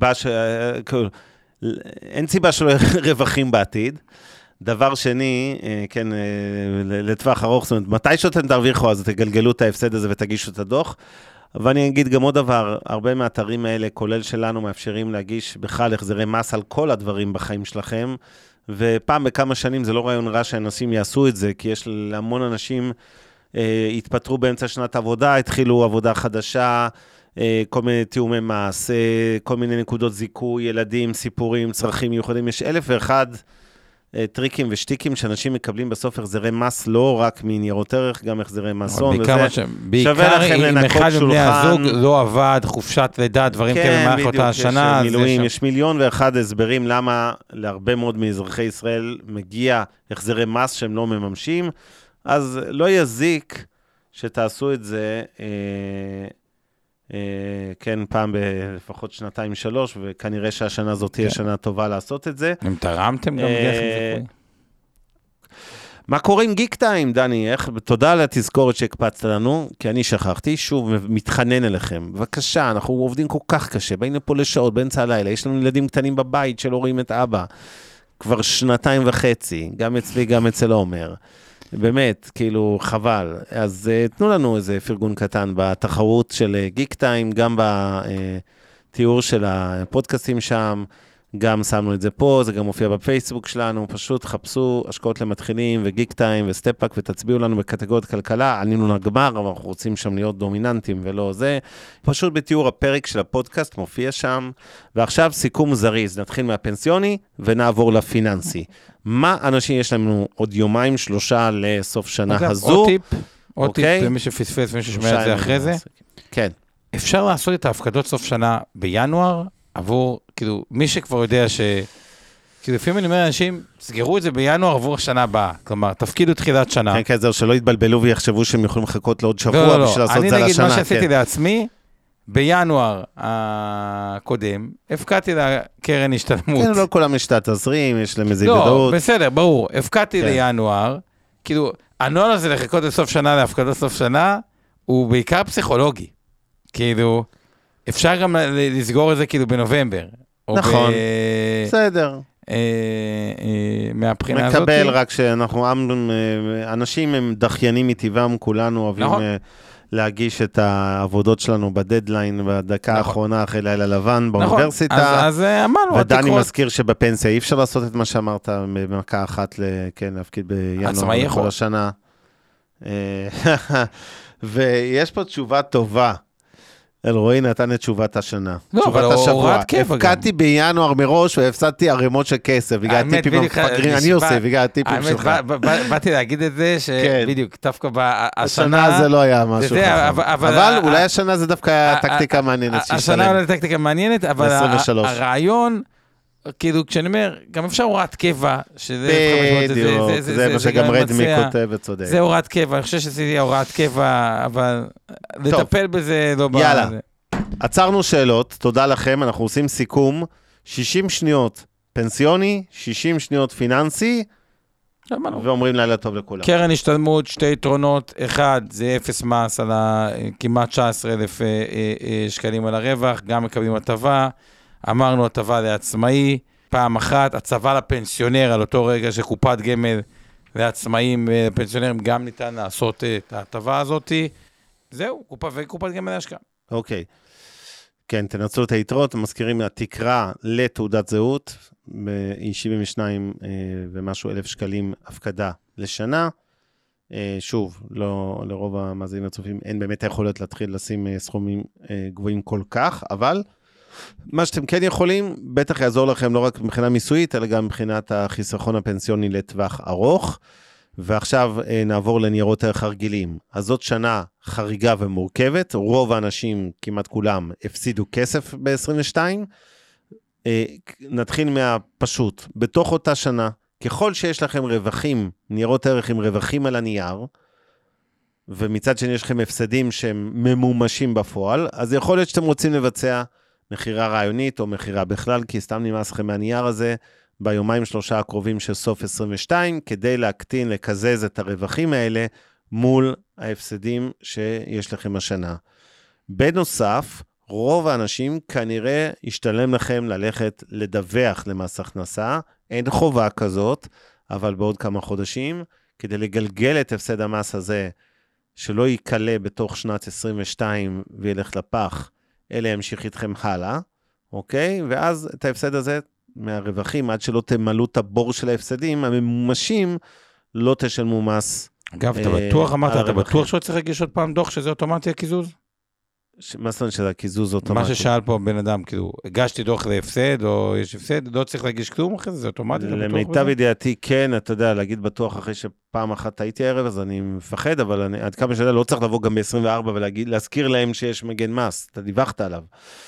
אין סיבה שלא יהיו רווחים בעתיד. דבר שני, כן, לטווח ארוך, זאת אומרת, מתי שאתם תרוויחו, אז תגלגלו את ההפסד הזה ותגישו את הדוח. ואני אגיד גם עוד דבר, הרבה מהאתרים האלה, כולל שלנו, מאפשרים להגיש בכלל החזרי מס על כל הדברים בחיים שלכם, ופעם בכמה שנים זה לא רעיון רע שהאנשים יעשו את זה, כי יש להמון אנשים התפטרו באמצע שנת עבודה, התחילו עבודה חדשה, כל מיני תיאומי מס, כל מיני נקודות זיכוי, ילדים, סיפורים, צרכים מיוחדים, יש 1,001 טריקים ושטיקים שאנשים מקבלים בסוף החזרי מס, לא רק מניירות ערך, גם החזרי מסון, וזה בעיקר אם אחד מבני הזוג לא עבד, חופשת לידה, דברים כאלה במהלך אותה השנה. יש 1,001,000 הסברים למה להרבה מאוד מאזרחי ישראל מגיע החזרי מס שהם לא מממשים, אז לא יזיק שתעשו את זה כן, פעם לפחות 2-3, וכנראה שהשנה הזאת תהיה שנה טובה לעשות את זה. אם תרמתם גם גחם זיכוי. מה קורה עם גיק טיים, דני? תודה על התזכורת שהקפצת לנו, כי אני שכחתי, שוב מתחנן אליכם. בבקשה, אנחנו עובדים כל כך קשה, באים לפה לשעות, באמצע הלילה, יש לנו ילדים קטנים בבית שלא רואים את אבא, כבר 2.5, גם אצלי, גם אצל עומר. באמת, כאילו, חבל. אז תנו לנו איזה פרגון קטן בתחרות של גיק טיים, גם בתיאור של הפודקאסטים שם, גם שמנו את זה פה, זה גם מופיע בפייסבוק שלנו, פשוט חפשו השקעות למתחילים וגיק טיים וסטפאק, ותצביעו לנו בקטגוריות כלכלה, עלינו לגמר, אבל אנחנו רוצים שם להיות דומיננטים ולא זה. פשוט בתיאור הפרק של הפודקאסט מופיע שם, ועכשיו סיכום זריז, נתחיל מהפנסיוני ונעבור לפיננסי. מה אנשים יש לנו עוד 2-3 לסוף שנה הזו? עוד טיפ, למי שפספס, מי ששומע את זה אחרי זה. כן. אפשר לעשות את ההפקדות סוף שנה בינואר, עבור, כאילו, מי שכבר יודע כאילו, לפעמים אני אומר לאנשים, סגרו את זה בינואר עבור השנה הבאה. כלומר, תפקידו תחילת שנה. כן, כן, זהו, שלא יתבלבלו ויחשבו שהם יכולים לחכות לעוד שבוע בשביל לעשות את זה על השנה. אני נגיד מה שעשיתי לעצמי, בינואר הקודם, הפקדתי לקרן השתלמות. כן, לא כולם יש את התזרים, יש להם איזה ודאות. לא, בסדר, ברור. הפקדתי לינואר, כאילו, הנוהל הזה לחכות לסוף שנה, להפקדות סוף שנה, הוא בעיקר פסיכולוגי. כאילו, אפשר גם לסגור את זה כאילו בנובמבר. נכון, בסדר. מהבחינה הזאת. מקבל רק שאנחנו, אנשים הם דחיינים מטבעם, כולנו אוהבים להגיש את העבודות שלנו בדדליין, בדקה האחרונה אחרי לילה לבן באוניברסיטה. אז אמרנו, ודני מזכיר שבפנסיה אי אפשר לעשות את מה שאמרת במכה אחת, להפקיד בינואר כל השנה. ויש פה תשובה טובה. אלרועי נתן את תשובת השנה. תשובת השבוע. הפקדתי בינואר מראש והפסדתי ערימות של כסף, בגלל הטיפים המפגרים, אני עושה, בגלל הטיפים שלך. באתי להגיד את זה, שבדיוק, דווקא השנה זה לא היה משהו חכם. אבל אולי השנה זה דווקא טקטיקה מעניינת. השנה אולי טקטיקה מעניינת, אבל הרעיון, כאילו, כשאני אומר, גם אפשר הוראת קבע, בדיוק, זה מה שגם רדמי כותב וצודק. זה הוראת קבע, אני חושב שזה יהיה הוראת קבע, אבל לטפל בזה לא בא. יאללה, עצרנו שאלות, תודה לכם, אנחנו עושים סיכום, 60 שניות פנסיוני, 60 שניות פיננסי, ואומרים לילה טוב לכולם. קרן השתלמות, שתי יתרונות, אחד, זה אפס מס על כמעט 19,000 שקלים על הרווח, גם מקבלים הטבה, אמרנו הטבה לעצמאי, פעם אחת, הצבה לפנסיונר על אותו רגע שקופת גמל לעצמאים ופנסיונרים גם ניתן לעשות את ההטבה הזאת, זהו, וקופת גמל להשקעה. אוקיי. כן, תנצלו את היתרות, מזכירים התקרה לתעודת זהות, היא 72 ומשהו אלף שקלים הפקדה לשנה. שוב, לא, לרוב המאזינים הצופים אין באמת היכולת להתחיל לשים סכומים גבוהים כל כך, אבל מה שאתם כן יכולים, בטח יעזור לכם לא רק מבחינה מיסויית, אלא גם מבחינת החיסכון הפנסיוני לטווח ארוך. ועכשיו נעבור לניירות ערך הרגילים. אז זאת שנה חריגה ומורכבת, רוב האנשים, כמעט כולם, הפסידו כסף ב-22. נתחיל מהפשוט. בתוך אותה שנה, ככל שיש לכם רווחים, ניירות ערך עם רווחים על הנייר, ומצד שני יש לכם הפסדים שהם ממומשים בפועל, אז יכול להיות שאתם רוצים לבצע מחירה רעיונית או מחירה בכלל, כי סתם נמאס לכם מהנייר הזה, ביומיים 3 הקרובים של סוף 22, כדי להקטין, לקזז את הרווחים האלה, מול ההפסדים שיש לכם השנה. בנוסף, רוב האנשים כנראה ישתלם לכם ללכת לדווח למס הכנסה, אין חובה כזאת, אבל בעוד כמה חודשים, כדי לגלגל את הפסד המס הזה, שלא יקלה בתוך שנת 22 וילך לפח, אלא ימשיך איתכם הלאה, אוקיי? ואז את ההפסד הזה, מהרווחים, עד שלא תמלאו את הבור של ההפסדים, הממומשים לא תשלמו מס. אגב, אתה בטוח אמרת, אתה בטוח שהוא צריך להגיש עוד פעם דוח שזה אוטומטי הקיזוז? מה זאת אומרת שזה הקיזוז אוטומטי? מה ששאל פה בן אדם, כאילו, הגשתי דוח להפסד, או יש הפסד, לא צריך להגיש כלום אחרי זה, זה אוטומטי? למיטב ידיעתי, כן, אתה יודע, להגיד בטוח אחרי שפעם אחת הייתי ערב, אז אני מפחד, אבל עד כמה שאלה, לא צריך לבוא גם ב-24 ולהזכיר להם שיש מגן מס, אתה דיווחת עליו.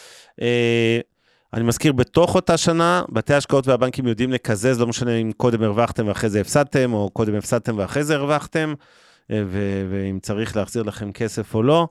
אני מזכיר, בתוך אותה שנה, בתי השקעות והבנקים יודעים לקזז, לא משנה אם קודם הרווחתם ואחרי זה הפסדתם, או קודם הפסדתם ואחרי זה הרווחתם, ואם צריך להחזיר לכם כסף או לא.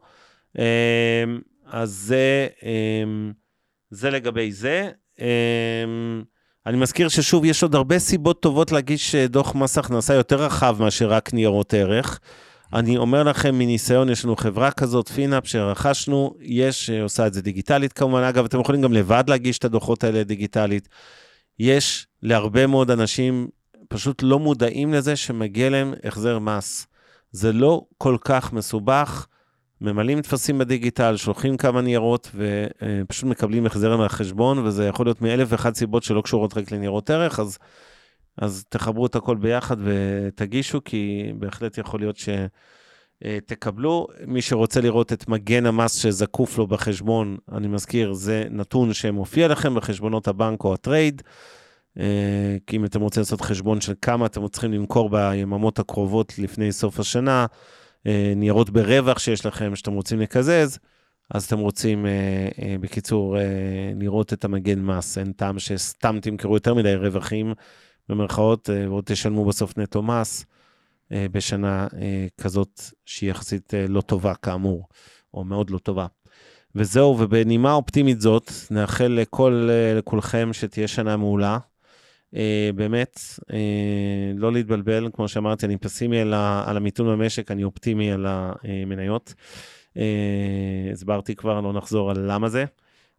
אז זה לגבי זה. אני מזכיר ששוב, יש עוד הרבה סיבות טובות להגיש דוח מס הכנסה יותר רחב מאשר רק ניירות ערך. אני אומר לכם מניסיון, יש לנו חברה כזאת, פינאפ, שרכשנו, עושה את זה דיגיטלית כמובן, אגב, אתם יכולים גם לבד להגיש את הדוחות האלה דיגיטלית. יש להרבה מאוד אנשים, פשוט לא מודעים לזה שמגיע להם החזר מס. זה לא כל כך מסובך, ממלאים תפסים בדיגיטל, שולחים כמה ניירות, ופשוט מקבלים החזר מהחשבון, וזה יכול להיות מאלף ואחת סיבות שלא קשורות רק לניירות ערך, אז תחברו את הכל ביחד ותגישו, כי בהחלט יכול להיות שתקבלו. מי שרוצה לראות את מגן המס שזקוף לו בחשבון, אני מזכיר, זה נתון שמופיע לכם בחשבונות הבנק או הטרייד, כי אם אתם רוצים לעשות חשבון של כמה אתם צריכים למכור ביממות הקרובות לפני סוף השנה, ניירות ברווח שיש לכם שאתם רוצים לקזז, אז אתם רוצים בקיצור לראות את המגן מס, אין טעם שסתם תמכרו יותר מדי רווחים, במרכאות, ועוד תשלמו בסוף נטו מס, בשנה כזאת שהיא יחסית לא טובה כאמור, או מאוד לא טובה. וזהו, ובנימה אופטימית זאת, נאחל לכולכם שתהיה שנה מעולה, באמת, לא להתבלבל, כמו שאמרתי, אני פסימי על המיתון במשק, אני אופטימי על המניות, הסברתי כבר, לא נחזור על למה זה.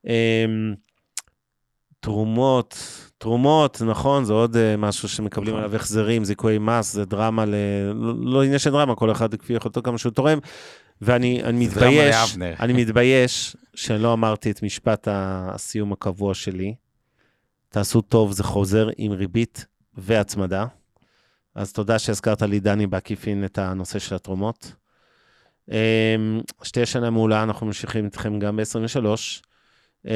תרומות, נכון, זה עוד משהו שמקבלים עליו החזרים, זיכויי מס, זה דרמה, לא עניין של דרמה, כל אחד כפי יכולתו כמה שהוא תורם, ואני מתבייש שלא אמרתי את משפט הסיום הקבוע שלי, תעשו טוב, זה חוזר עם ריבית והצמדה, אז תודה שהזכרת לי דני בעקיפין את הנושא של התרומות, שתהיה שנה מעולה, אנחנו ממשיכים איתכם גם ב-23,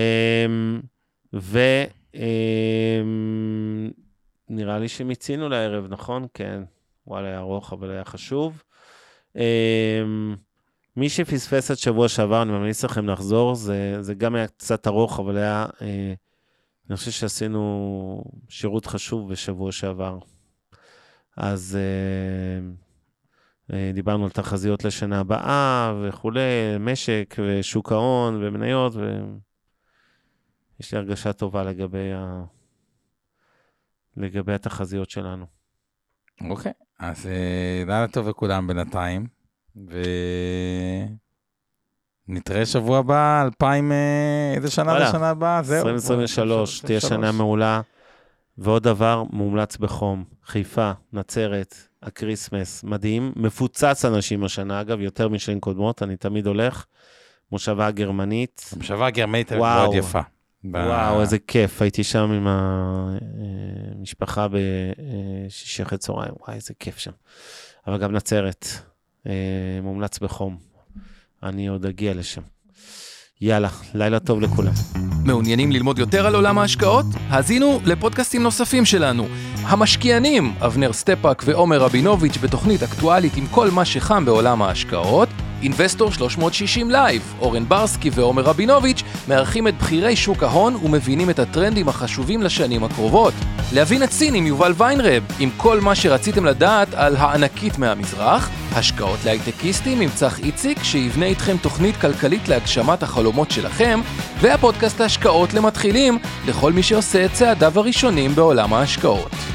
נראה לי שמיצינו לערב, נכון? כן, וואלה, היה ארוך, אבל היה חשוב. מי שפספס את שבוע שעבר, אני ממליץ לכם לחזור, זה גם היה קצת ארוך, אבל היה, אני חושב שעשינו שירות חשוב בשבוע שעבר. אז דיברנו על תחזיות לשנה הבאה וכולי, משק ושוק ההון ומניות, ויש לי הרגשה טובה לגבי התחזיות שלנו. אוקיי, אז לילה טוב לכולם בינתיים, ונתראה שבוע הבא, 2000, איזה שנה לשנה הבאה? זהו. 2023, תהיה שנה מעולה, ועוד דבר מומלץ בחום, חיפה, נצרת, הקריסמס, מדהים, מפוצץ אנשים השנה, אגב, יותר משנים קודמות, אני תמיד הולך, מושבה הגרמנית. המושבה הגרמנית מאוד יפה. וואו, איזה כיף, הייתי שם עם המשפחה בשישי אחרי צהריים, וואי, איזה כיף שם. אבל גם נצרת, מומלץ בחום, אני עוד אגיע לשם. יאללה, לילה טוב לכולם. מעוניינים ללמוד יותר על עולם ההשקעות? האזינו לפודקאסטים נוספים שלנו. המשקיענים, אבנר סטפאק ועומר רבינוביץ' בתוכנית אקטואלית עם כל מה שחם בעולם ההשקעות. אינבסטור 360 לייב, אורן ברסקי ועומר רבינוביץ' מארחים את בחירי שוק ההון ומבינים את הטרנדים החשובים לשנים הקרובות. להבין את סין עם יובל ויינרב, עם כל מה שרציתם לדעת על הענקית מהמזרח. השקעות להייטקיסטים עם צח איציק, שיבנה איתכם תוכנית כלכלית להגשמת החלומות שלכם, והפודקאסט ההשקעות למתחילים, לכל מי שעושה את צעדיו הראשונים בעולם ההשקעות.